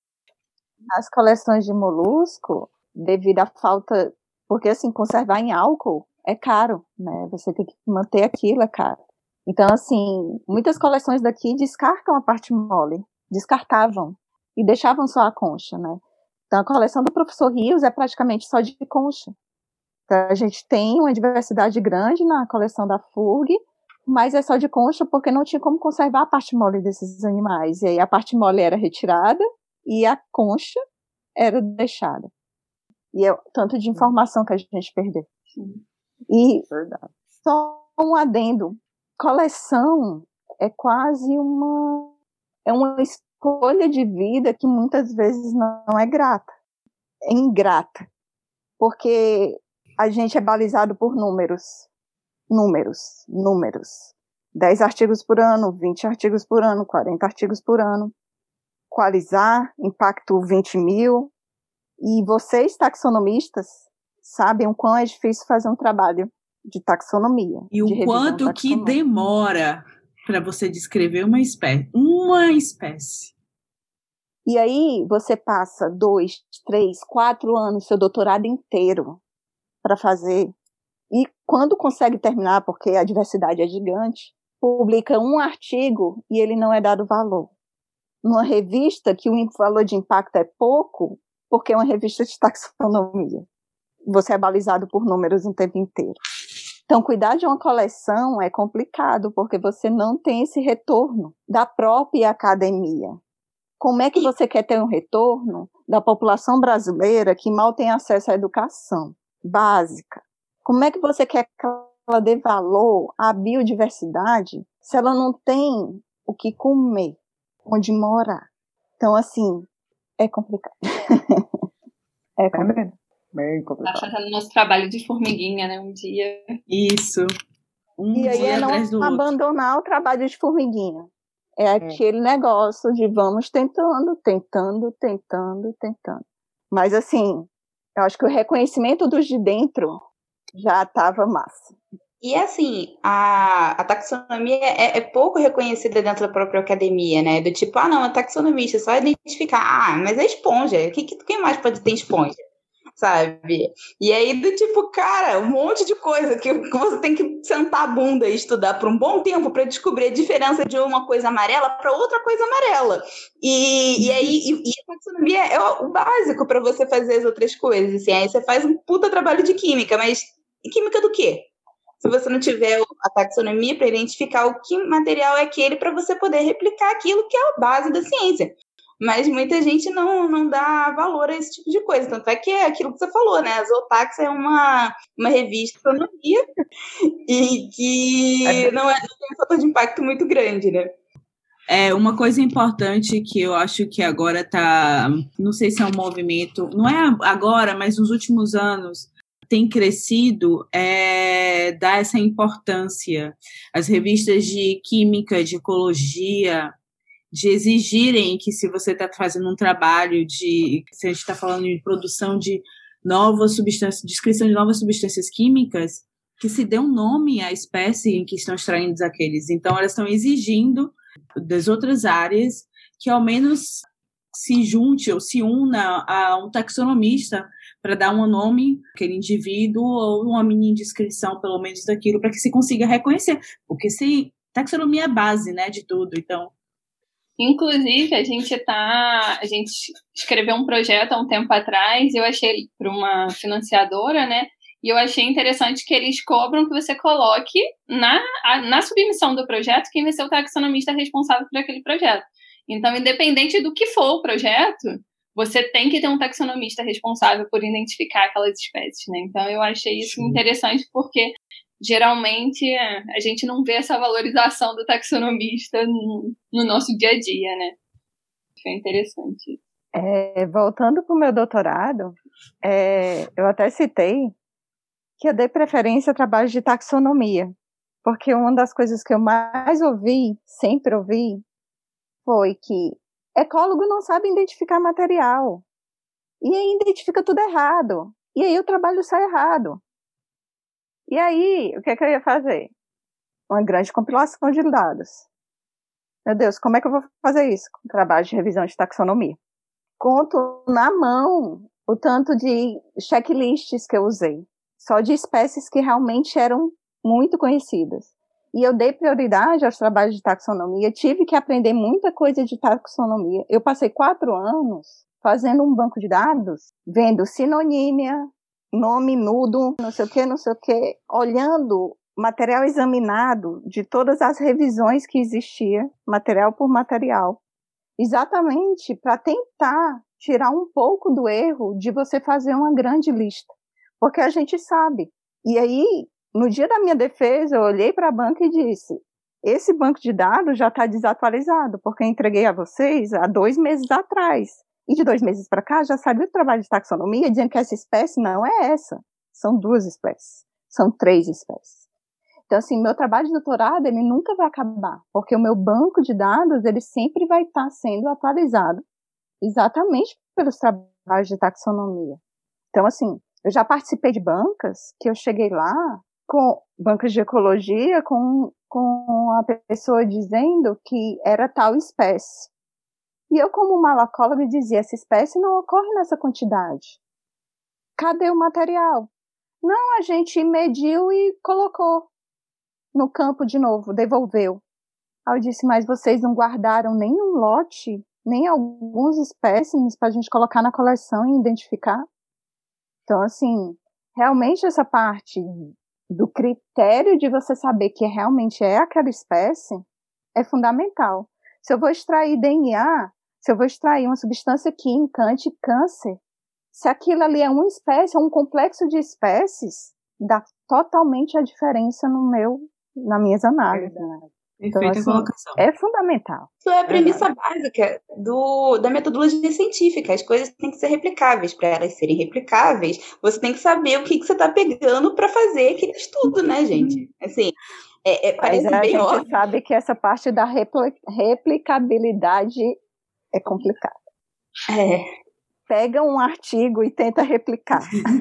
As coleções de molusco, devido à falta, porque assim, conservar em álcool é caro, né, você tem que manter aquilo, é caro. Então, assim, muitas coleções daqui descartam a parte mole, descartavam e deixavam só a concha, né? Então, a coleção do professor Rios é praticamente só de concha. Então, a gente tem uma diversidade grande na coleção da FURG, mas é só de concha porque não tinha como conservar a parte mole desses animais. E aí a parte mole era retirada e a concha era deixada. E é tanto de informação que a gente perdeu. E só um adendo. Coleção é quase uma escolha de vida que muitas vezes não é grata, é ingrata, porque a gente é balizado por números, 10 artigos por ano, 20 artigos por ano, 40 artigos por ano, qualizar, impacto 20 mil, e vocês taxonomistas sabem o quão é difícil fazer um trabalho de taxonomia. E o quanto que demora para você descrever uma espécie. E aí você passa 2, 3, 4 anos, seu doutorado inteiro para fazer. E quando consegue terminar, porque a diversidade é gigante, publica um artigo e ele não é dado valor. Numa revista que o valor de impacto é pouco, porque é uma revista de taxonomia. Você é balizado por números o tempo inteiro. Então, cuidar de uma coleção é complicado, porque você não tem esse retorno da própria academia. Como é que você quer ter um retorno da população brasileira que mal tem acesso à educação básica? Como é que você quer que ela dê valor à biodiversidade se ela não tem o que comer, onde morar? Então, assim, é complicado. É complicado. Bem complicado. Tá fazendo nosso trabalho de formiguinha, né? Um dia. Isso. E aí é não abandonar o trabalho de formiguinha. É aquele negócio de vamos tentando. Mas assim, eu acho que o reconhecimento dos de dentro já estava massa. E assim, a taxonomia é pouco reconhecida dentro da própria academia, né? Do tipo, não, é taxonomista, só identificar. Mas é esponja, quem mais pode ter esponja? Sabe? E aí, do tipo, cara, um monte de coisa que você tem que sentar a bunda e estudar por um bom tempo para descobrir a diferença de uma coisa amarela para outra coisa amarela. E aí, a taxonomia é o básico para você fazer as outras coisas. Assim, aí você faz um puta trabalho de química, mas química do quê? se você não tiver a taxonomia para identificar o que material é aquele para você poder replicar aquilo que é a base da ciência. Mas muita gente não dá valor a esse tipo de coisa. Tanto é que é aquilo que você falou, né? A Zootax é uma revista de astronomia e que não tem um fator de impacto muito grande, né? Uma coisa importante que eu acho que agora está, não sei se é um movimento, não é agora, mas nos últimos anos tem crescido, dar essa importância. As revistas de química, de ecologia, de exigirem que, se você está fazendo um trabalho se a gente está falando de produção de novas substâncias, descrição de novas substâncias químicas, que se dê um nome à espécie em que estão extraindo aqueles. Então, elas estão exigindo das outras áreas que ao menos se junte ou se una a um taxonomista para dar um nome àquele indivíduo ou uma mini descrição, pelo menos, daquilo, para que se consiga reconhecer. Porque taxonomia é a base, né, de tudo, então... Inclusive, a gente escreveu um projeto há um tempo atrás, eu achei para uma financiadora, né? E eu achei interessante que eles cobram que você coloque na submissão do projeto quem vai ser o taxonomista responsável por aquele projeto. Então, independente do que for o projeto, você tem que ter um taxonomista responsável por identificar aquelas espécies, né? Então, eu achei isso interessante porque geralmente a gente não vê essa valorização do taxonomista no nosso dia a dia, né? Foi interessante. Voltando para o meu doutorado, eu até citei que eu dei preferência a trabalhos de taxonomia, porque uma das coisas que eu mais sempre ouvi, foi que ecólogo não sabe identificar material, e aí identifica tudo errado, e aí o trabalho sai errado. E aí, o que eu ia fazer? Uma grande compilação de dados. Meu Deus, como é que eu vou fazer isso? Com trabalho de revisão de taxonomia. Conto na mão o tanto de checklists que eu usei, só de espécies que realmente eram muito conhecidas. E eu dei prioridade aos trabalhos de taxonomia, tive que aprender muita coisa de taxonomia. Eu passei 4 anos fazendo um banco de dados, vendo sinonímia, nome nudo, não sei o que, olhando material examinado de todas as revisões que existia, material por material, exatamente para tentar tirar um pouco do erro de você fazer uma grande lista, porque a gente sabe. E aí, no dia da minha defesa, eu olhei para a banca e disse, esse banco de dados já está desatualizado, porque eu entreguei a vocês há 2 meses atrás. E de 2 meses para cá, já saiu o trabalho de taxonomia dizendo que essa espécie não é essa. São 2 espécies. São 3 espécies. Então, assim, meu trabalho de doutorado, ele nunca vai acabar, porque o meu banco de dados, ele sempre vai estar sendo atualizado, exatamente pelos trabalhos de taxonomia. Então, assim, eu já participei de bancas que eu cheguei lá, com bancas de ecologia, com a pessoa dizendo que era tal espécie. E eu, como malacóloga, dizia, essa espécie não ocorre nessa quantidade. Cadê o material? Não, a gente mediu e colocou no campo de novo, devolveu. Aí eu disse, mas vocês não guardaram nenhum lote, nem alguns espécimes para a gente colocar na coleção e identificar? Então, assim, realmente essa parte do critério de você saber que realmente é aquela espécie é fundamental. Se eu vou extrair DNA, se eu vou extrair uma substância química anti-câncer, se aquilo ali é uma espécie, é um complexo de espécies, dá totalmente a diferença nas minhas análises. Né? Então, assim, colocação. É fundamental. Isso é a premissa básica da metodologia científica. As coisas têm que ser replicáveis. Para elas serem replicáveis, você tem que saber o que você está pegando para fazer aquele estudo, né, gente? Assim, parece bem óbvio. A gente sabe que essa parte da replicabilidade é complicada. Pega um artigo e tenta replicar.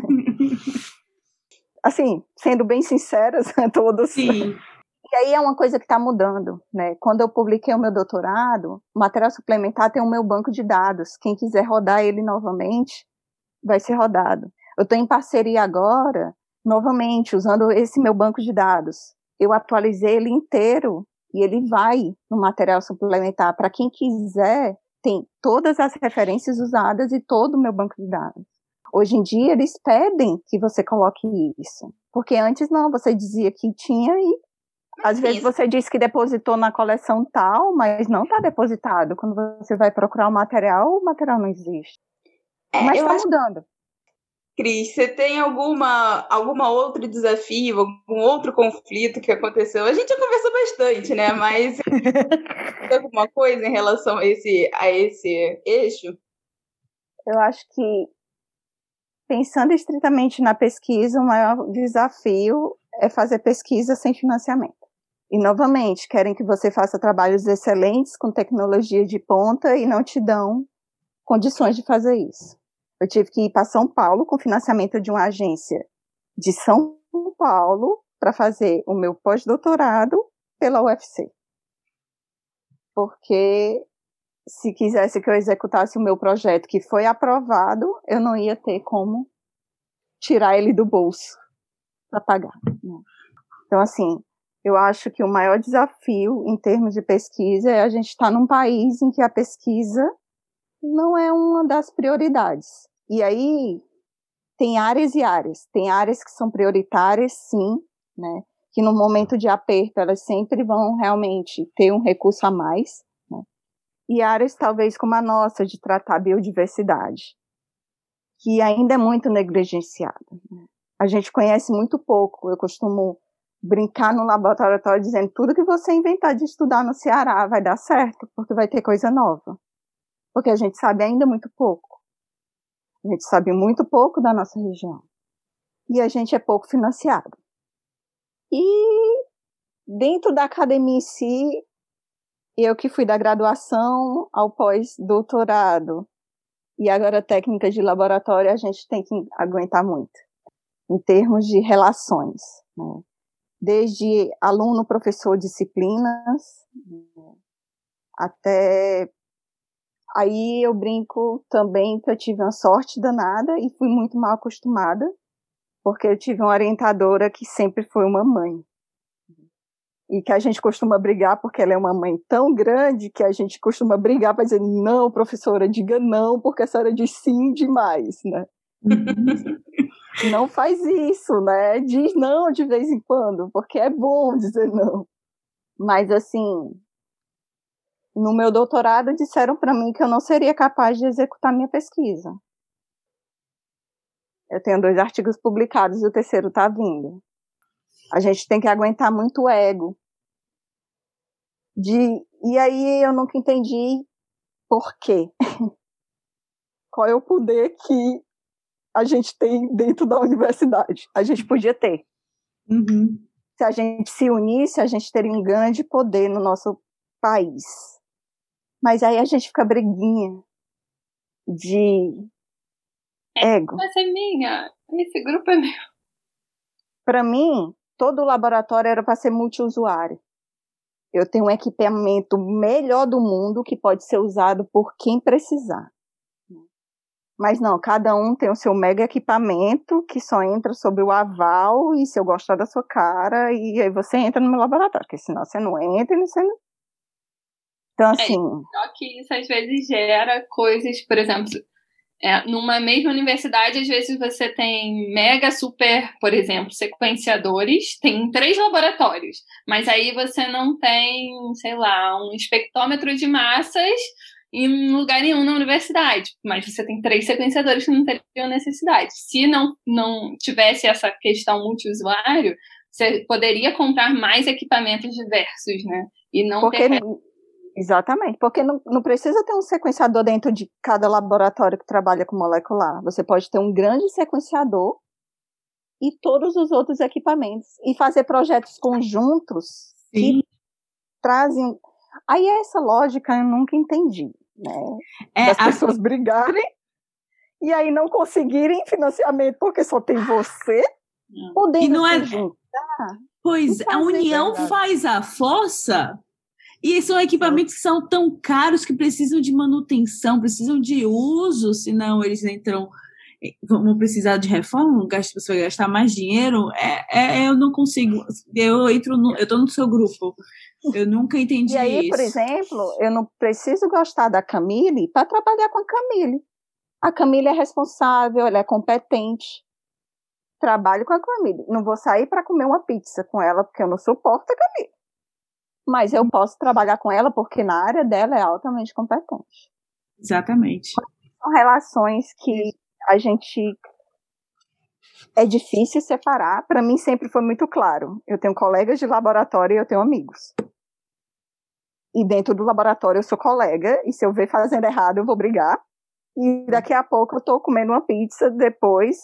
Assim, sendo bem sinceras, todos... Sim. E aí é uma coisa que está mudando, né? Quando eu publiquei o meu doutorado, o material suplementar tem o meu banco de dados. Quem quiser rodar ele novamente, vai ser rodado. Eu estou em parceria agora, novamente, usando esse meu banco de dados. Eu atualizei ele inteiro e ele vai no material suplementar. Para quem quiser, tem todas as referências usadas e todo o meu banco de dados. Hoje em dia, eles pedem que você coloque isso. Porque antes, não, você dizia que tinha e às vezes você disse que depositou na coleção tal, mas não está depositado. Quando você vai procurar o material não existe. Mas está mudando. Cris, você tem alguma outro desafio, algum outro conflito que aconteceu? A gente já conversou bastante, né? Mas tem alguma coisa em relação a esse eixo? Eu acho que, pensando estritamente na pesquisa, o maior desafio é fazer pesquisa sem financiamento. E, novamente, querem que você faça trabalhos excelentes com tecnologia de ponta e não te dão condições de fazer isso. Eu tive que ir para São Paulo com financiamento de uma agência de São Paulo para fazer o meu pós-doutorado pela UFC. Porque se quisesse que eu executasse o meu projeto que foi aprovado, eu não ia ter como tirar ele do bolso para pagar. Né? Então, assim, eu acho que o maior desafio em termos de pesquisa é a gente estar num país em que a pesquisa não é uma das prioridades. E aí, tem áreas e áreas. Tem áreas que são prioritárias, sim, né? Que no momento de aperto elas sempre vão realmente ter um recurso a mais, né? E áreas talvez como a nossa, de tratar a biodiversidade, que ainda é muito negligenciada. Né? A gente conhece muito pouco. Eu costumo brincar no laboratório dizendo tudo que você inventar de estudar no Ceará vai dar certo, porque vai ter coisa nova. Porque a gente sabe ainda muito pouco. A gente sabe muito pouco da nossa região. E a gente é pouco financiado. E dentro da academia em si, eu que fui da graduação ao pós-doutorado e agora técnica de laboratório, a gente tem que aguentar muito. Em termos de relações, né? Desde aluno, professor, disciplinas, até... Aí eu brinco também que eu tive uma sorte danada e fui muito mal acostumada, porque eu tive uma orientadora que sempre foi uma mãe. E que a gente costuma brigar porque ela é uma mãe tão grande que a gente costuma brigar para dizer, não, professora, diga não, porque a senhora diz sim demais, né? Não faz isso, né? Diz não de vez em quando, porque é bom dizer não. Mas, assim, no meu doutorado disseram para mim que eu não seria capaz de executar minha pesquisa. Eu tenho 2 artigos publicados e o terceiro está vindo. A gente tem que aguentar muito ego. E aí eu nunca entendi por quê. Qual é o poder que a gente tem dentro da universidade? A gente podia ter. Uhum. Se a gente se unisse, a gente teria um grande poder no nosso país. Mas aí a gente fica briguinha de ego. Essa é minha, esse grupo é meu. Para mim, todo laboratório era para ser multiusuário. Eu tenho um equipamento melhor do mundo que pode ser usado por quem precisar. Mas não, cada um tem o seu mega equipamento que só entra sob o aval e se eu gostar da sua cara, e aí você entra no meu laboratório, porque senão você não entra e você não... Então, assim... Só que isso às vezes gera coisas, por exemplo, numa mesma universidade, às vezes você tem mega super, por exemplo, sequenciadores, tem 3 laboratórios, mas aí você não tem, sei lá, um espectrômetro de massas em lugar nenhum na universidade, mas você tem 3 sequenciadores que não teriam necessidade. Se não tivesse essa questão multiusuário, você poderia comprar mais equipamentos diversos, né? E não ter... Exatamente, porque não precisa ter um sequenciador dentro de cada laboratório que trabalha com molecular. Você pode ter um grande sequenciador e todos os outros equipamentos. E fazer projetos conjuntos que trazem... Aí essa lógica eu nunca entendi, né? Das pessoas brigarem e aí não conseguirem financiamento porque só tem você podendo se juntar. Pois, a união faz a força... E são equipamentos que são tão caros que precisam de manutenção, precisam de uso, senão eles vão precisar de reforma, você vai gastar mais dinheiro. Eu não consigo. Eu estou no seu grupo. Eu nunca entendi isso. E aí, por exemplo, eu não preciso gostar da Camille para trabalhar com a Camille. A Camila é responsável, ela é competente. Trabalho com a Camila. Não vou sair para comer uma pizza com ela, porque eu não suporto a Camila. Mas eu posso trabalhar com ela, porque na área dela é altamente competente. Exatamente. São relações que a gente... É difícil separar. Para mim sempre foi muito claro. Eu tenho colegas de laboratório e eu tenho amigos. E dentro do laboratório eu sou colega, e se eu ver fazendo errado eu vou brigar. E daqui a pouco eu estou comendo uma pizza depois.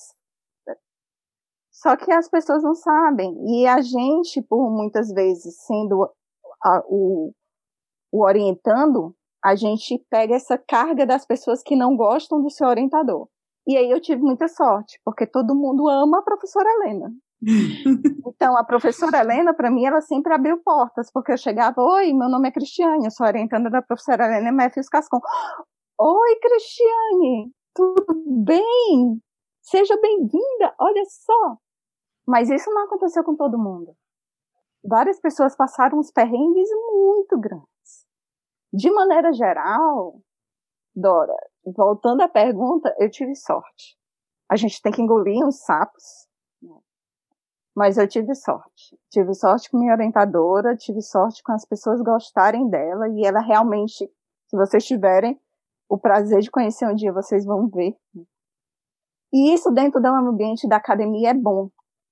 Só que as pessoas não sabem. E a gente, por muitas vezes, sendo o orientando, a gente pega essa carga das pessoas que não gostam do seu orientador. E aí eu tive muita sorte, porque todo mundo ama a professora Helena. Então, a professora Helena, para mim, ela sempre abriu portas, porque eu chegava, oi, meu nome é Cristiane, eu sou orientanda da professora Helena Méfios Cascon. Oi, Cristiane, tudo bem? Seja bem-vinda, olha só. Mas isso não aconteceu com todo mundo. Várias pessoas passaram uns perrengues muito grandes. De maneira geral, Dora, voltando à pergunta, eu tive sorte. A gente tem que engolir uns sapos, mas eu tive sorte. Tive sorte com minha orientadora, tive sorte com as pessoas gostarem dela, e ela realmente, se vocês tiverem o prazer de conhecer um dia, vocês vão ver. E isso dentro do ambiente da academia é bom.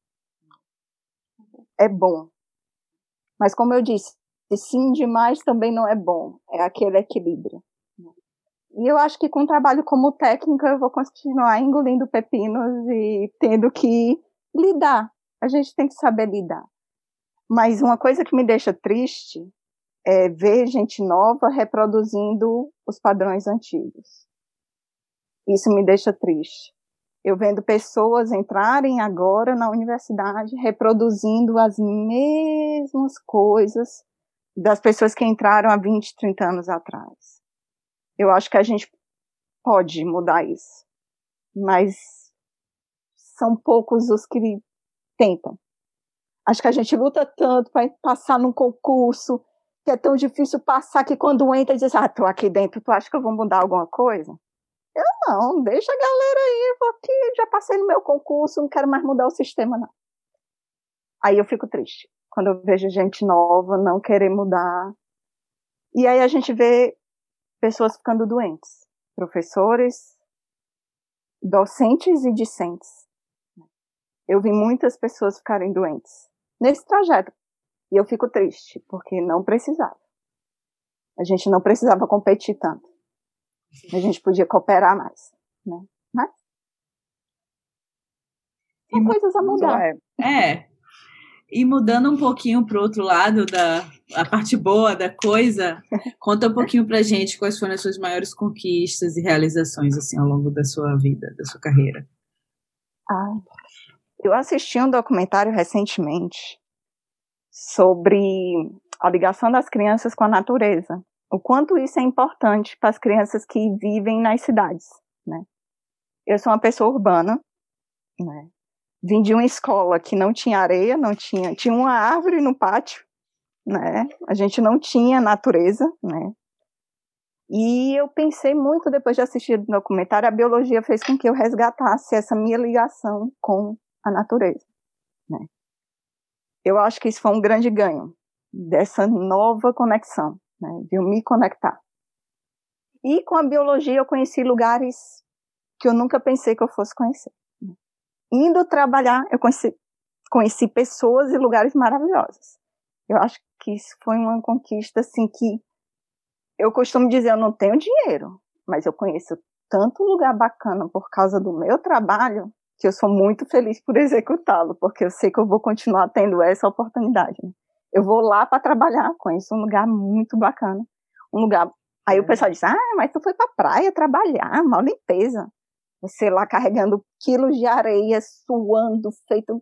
É bom. Mas como eu disse, sim demais também não é bom. É aquele equilíbrio. E eu acho que com o trabalho como técnica eu vou continuar engolindo pepinos e tendo que lidar. A gente tem que saber lidar. Mas uma coisa que me deixa triste é ver gente nova reproduzindo os padrões antigos. Isso me deixa triste. Eu vendo pessoas entrarem agora na universidade reproduzindo as mesmas coisas das pessoas que entraram há 20, 30 anos atrás. Eu acho que a gente pode mudar isso, mas são poucos os que tentam. Acho que a gente luta tanto para passar num concurso, que é tão difícil passar, que quando entra diz, tô aqui dentro, tu acha que eu vou mudar alguma coisa? Eu não, deixa a galera aí, eu vou aqui, já passei no meu concurso, não quero mais mudar o sistema, não. Aí eu fico triste, quando eu vejo gente nova não querer mudar. E aí a gente vê pessoas ficando doentes, professores, docentes e discentes. Eu vi muitas pessoas ficarem doentes nesse trajeto. E eu fico triste, porque não precisava. A gente não precisava competir tanto. A gente podia cooperar mais, né? Mas são coisas a mudar. E mudando um pouquinho para o outro lado, a parte boa da coisa, conta um pouquinho para a gente quais foram as suas maiores conquistas e realizações assim, ao longo da sua vida, da sua carreira. Eu assisti um documentário recentemente sobre a ligação das crianças com a natureza. O quanto isso é importante para as crianças que vivem nas cidades, né? Eu sou uma pessoa urbana, né? Vim de uma escola que não tinha areia, tinha uma árvore no pátio, né? A gente não tinha natureza, né? E eu pensei muito, depois de assistir o documentário, a biologia fez com que eu resgatasse essa minha ligação com a natureza, né? Eu acho que isso foi um grande ganho, dessa nova conexão, né? De eu me conectar. E com a biologia eu conheci lugares que eu nunca pensei que eu fosse conhecer. Indo trabalhar, eu conheci pessoas e lugares maravilhosos. Eu acho que isso foi uma conquista, assim, que eu costumo dizer, eu não tenho dinheiro, mas eu conheço tanto lugar bacana por causa do meu trabalho, que eu sou muito feliz por executá-lo, porque eu sei que eu vou continuar tendo essa oportunidade, né? Eu vou lá para trabalhar, conheço um lugar muito bacana, um lugar... Aí o pessoal diz, mas tu foi para praia trabalhar, mal limpeza. Você lá carregando quilos de areia, suando, feito...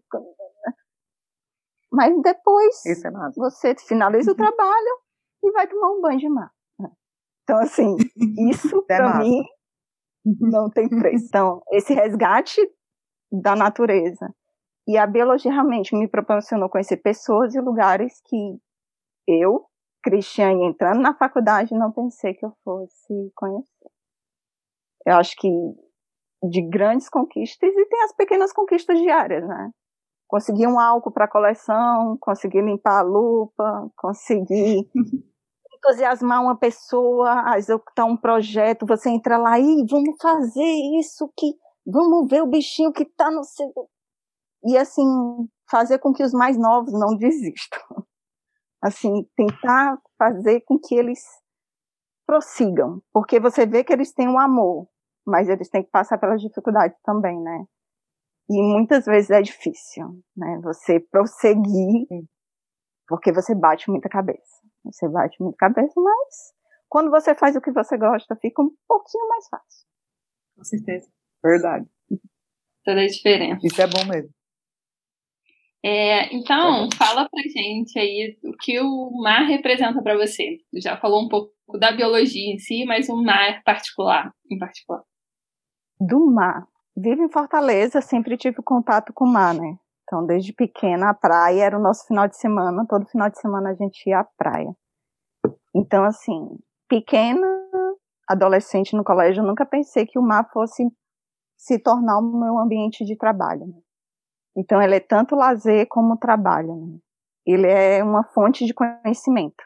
Mas depois você finaliza o trabalho e vai tomar um banho de mar. Então, assim, isso para mim não tem preço. Então, esse resgate da natureza e a biologia realmente me proporcionou conhecer pessoas e lugares que eu, Cristiane, entrando na faculdade, não pensei que eu fosse conhecer. Eu acho que de grandes conquistas e tem as pequenas conquistas diárias, né? Conseguir um álcool para a coleção, conseguir limpar a lupa, conseguir entusiasmar uma pessoa a executar um projeto, você entra lá e vamos fazer isso, vamos ver o bichinho que está no seu... E assim, fazer com que os mais novos não desistam. Assim, tentar fazer com que eles prossigam, porque você vê que eles têm um amor, mas eles têm que passar pelas dificuldades também, né? E muitas vezes é difícil, né? Você prosseguir, porque você bate muita cabeça. Você bate muita cabeça, mas quando você faz o que você gosta, fica um pouquinho mais fácil. Com certeza. Verdade. Toda a diferença. Isso é bom mesmo. Então, fala pra gente aí o que o mar representa para você. Já falou um pouco da biologia em si, mas o mar em particular. Do mar. Vivo em Fortaleza, sempre tive contato com o mar, né? Então, desde pequena, a praia era o nosso final de semana. Todo final de semana a gente ia à praia. Então, assim, pequena, adolescente no colégio, eu nunca pensei que o mar fosse se tornar o meu ambiente de trabalho, né? Então, ele é tanto lazer como trabalho, né? Ele é uma fonte de conhecimento.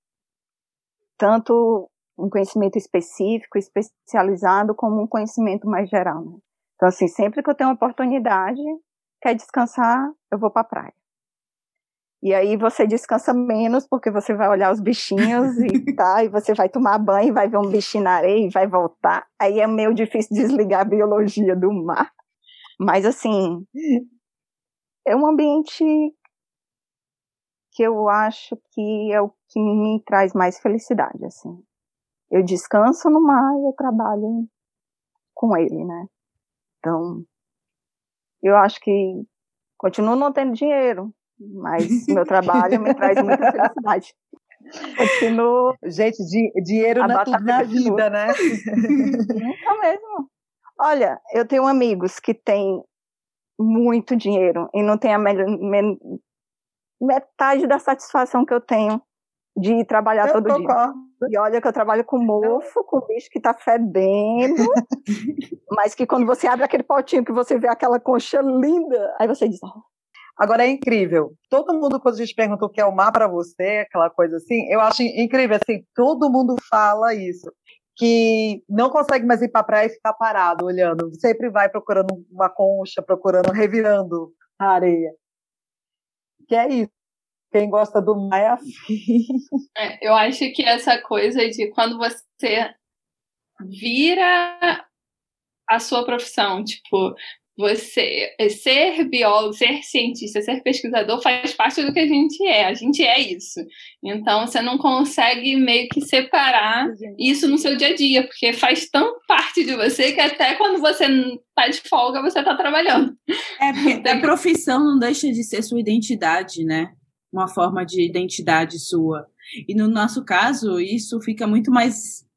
Tanto um conhecimento específico, especializado, como um conhecimento mais geral, né? Então, assim, sempre que eu tenho uma oportunidade, quer descansar, eu vou para a praia. E aí você descansa menos, porque você vai olhar os bichinhos e você vai tomar banho, vai ver um bichinho na areia e vai voltar. Aí é meio difícil desligar a biologia do mar. Mas, assim, é um ambiente que eu acho que é o que me traz mais felicidade, assim. Eu descanso no mar e eu trabalho com ele, né? Então, eu acho que continuo não tendo dinheiro, mas meu trabalho me traz muita felicidade. Continuo. Gente, dinheiro não é tudo na vida, né? Nunca mesmo. Olha, eu tenho amigos que têm muito dinheiro e não têm a metade da satisfação que eu tenho de ir trabalhar todo dia. E olha que eu trabalho com mofo, com bicho que tá fedendo, mas que quando você abre aquele potinho que você vê aquela concha linda, aí você diz... Agora é incrível. Todo mundo, quando a gente pergunta o que é o mar para você, aquela coisa assim, eu acho incrível, assim, todo mundo fala isso, que não consegue mais ir para a praia e ficar parado, olhando. Sempre vai procurando uma concha, revirando a areia. Que é isso. Quem gosta do mar é assim. Eu acho que essa coisa de quando você vira a sua profissão, tipo, você ser biólogo, ser cientista, ser pesquisador faz parte do que a gente é isso. Então você não consegue meio que separar isso no seu dia a dia, porque faz tão parte de você que até quando você tá de folga, você tá trabalhando. Porque a profissão não deixa de ser sua identidade, né? Uma forma de identidade sua. E no nosso caso, isso fica muito mais...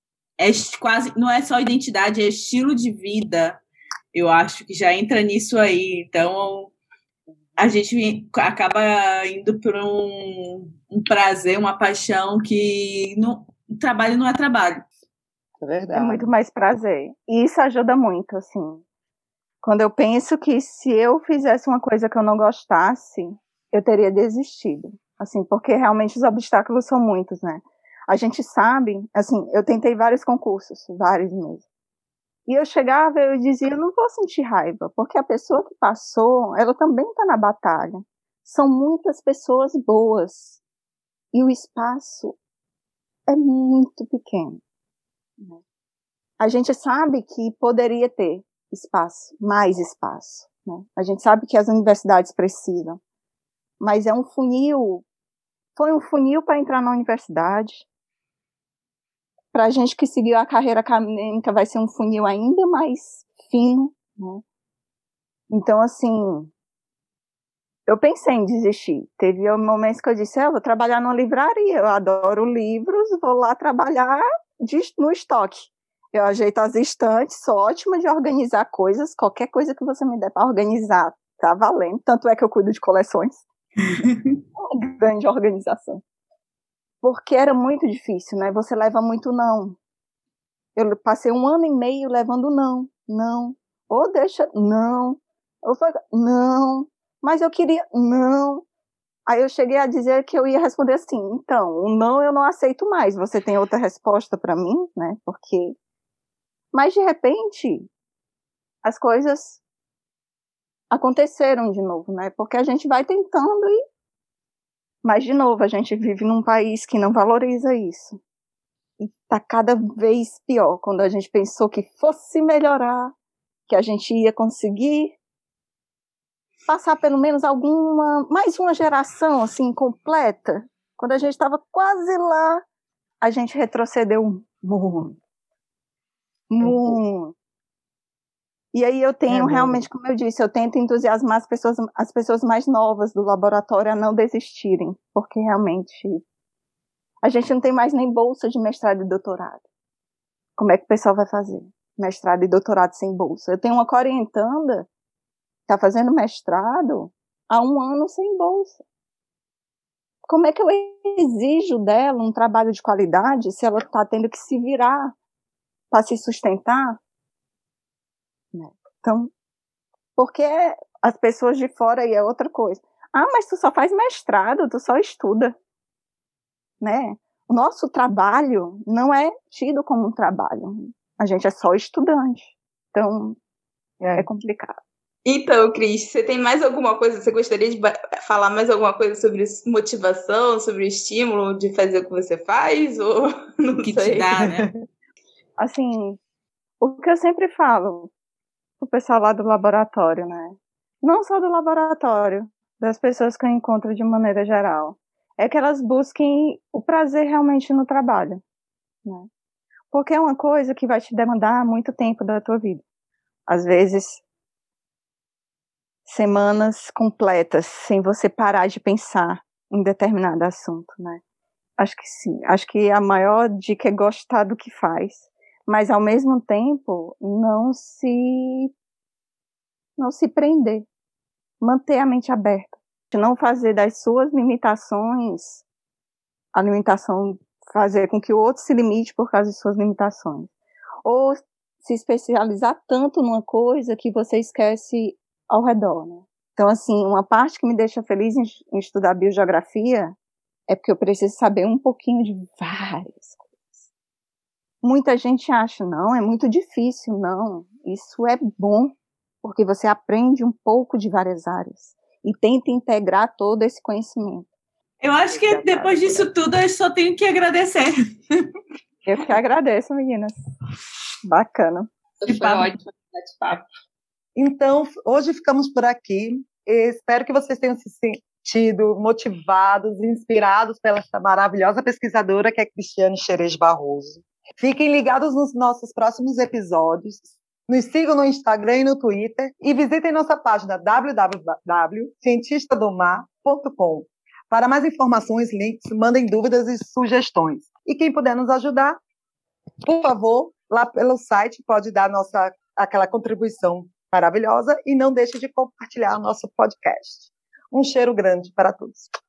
não é só identidade, é estilo de vida. Eu acho que já entra nisso aí. Então, a gente acaba indo por um prazer, uma paixão que o trabalho não é trabalho. É verdade. É muito mais prazer. E isso ajuda muito, assim. Quando eu penso que se eu fizesse uma coisa que eu não gostasse, eu teria desistido. Assim, porque realmente os obstáculos são muitos, né? A gente sabe, assim, eu tentei vários concursos, vários mesmo. E eu chegava e eu dizia, eu não vou sentir raiva, porque a pessoa que passou, ela também está na batalha. São muitas pessoas boas. E o espaço é muito pequeno. A gente sabe que poderia ter espaço, mais espaço, né? A gente sabe que as universidades precisam. Mas é um funil, foi um funil para entrar na universidade. Para a gente que seguiu a carreira acadêmica vai ser um funil ainda mais fino, né? Então, assim, eu pensei em desistir. Teve momentos que eu disse, eu vou trabalhar numa livraria, eu adoro livros, vou lá trabalhar no estoque. Eu ajeito as estantes, sou ótima de organizar coisas, qualquer coisa que você me der para organizar, tá valendo. Tanto é que eu cuido de coleções. Uma grande organização. Porque era muito difícil, né? Você leva muito não. Eu passei 1 ano e meio levando não. não. Ou deixa, não. Eu falei, não. Mas eu queria, não. Aí eu cheguei a dizer que eu ia responder assim, então, o não eu não aceito mais. Você tem outra resposta para mim, né? Porque... Mas, de repente, as coisas aconteceram de novo, né? Porque a gente vai tentando e... Mas, de novo, a gente vive num país que não valoriza isso. E tá cada vez pior. Quando a gente pensou que fosse melhorar, que a gente ia conseguir passar pelo menos mais uma geração, assim, completa. Quando a gente estava quase lá, a gente retrocedeu muito. Muito. E aí eu tenho realmente, como eu disse, eu tento entusiasmar as pessoas mais novas do laboratório a não desistirem, porque realmente a gente não tem mais nem bolsa de mestrado e doutorado. Como é que o pessoal vai fazer? Mestrado e doutorado sem bolsa. Eu tenho uma co-orientanda que está fazendo mestrado há 1 ano sem bolsa. Como é que eu exijo dela um trabalho de qualidade se ela está tendo que se virar para se sustentar? Então, porque as pessoas de fora aí é outra coisa. Ah, mas tu só faz mestrado, tu só estuda. Né? O nosso trabalho não é tido como um trabalho. A gente é só estudante. Então, é complicado. Então, Cris, você tem mais alguma coisa? Você gostaria de falar mais alguma coisa sobre motivação, sobre o estímulo de fazer o que você faz? Ou não que sei? Te dá, né? Assim, o que eu sempre falo pro pessoal lá do laboratório, né? Não só do laboratório, das pessoas que eu encontro de maneira geral, é que elas busquem o prazer realmente no trabalho, né? Porque é uma coisa que vai te demandar muito tempo da tua vida. Às vezes, semanas completas, sem você parar de pensar em determinado assunto, né? Acho que sim. Acho que a maior dica é gostar do que faz, mas ao mesmo tempo não se prender, manter a mente aberta, não fazer das suas limitações a limitação, fazer com que o outro se limite por causa de suas limitações, ou se especializar tanto numa coisa que você esquece ao redor, né? Então, assim, uma parte que me deixa feliz em estudar biogeografia é porque eu preciso saber um pouquinho de várias coisas. Muita gente acha, não, é muito difícil. Não, isso é bom, porque você aprende um pouco de várias áreas e tenta integrar todo esse conhecimento. Eu acho que depois disso tudo eu só tenho que agradecer. Eu que agradeço, meninas. Bacana. Foi ótimo esse papo. Então, hoje ficamos por aqui. Espero que vocês tenham se sentido motivados, inspirados pela essa maravilhosa pesquisadora que é Cristiane Xerez Barroso. Fiquem ligados nos nossos próximos episódios. Nos sigam no Instagram e no Twitter e visitem nossa página www.cientistadomar.com. Para mais informações, links, mandem dúvidas e sugestões. E quem puder nos ajudar, por favor, lá pelo site pode dar aquela contribuição maravilhosa e não deixe de compartilhar o nosso podcast. Um cheiro grande para todos.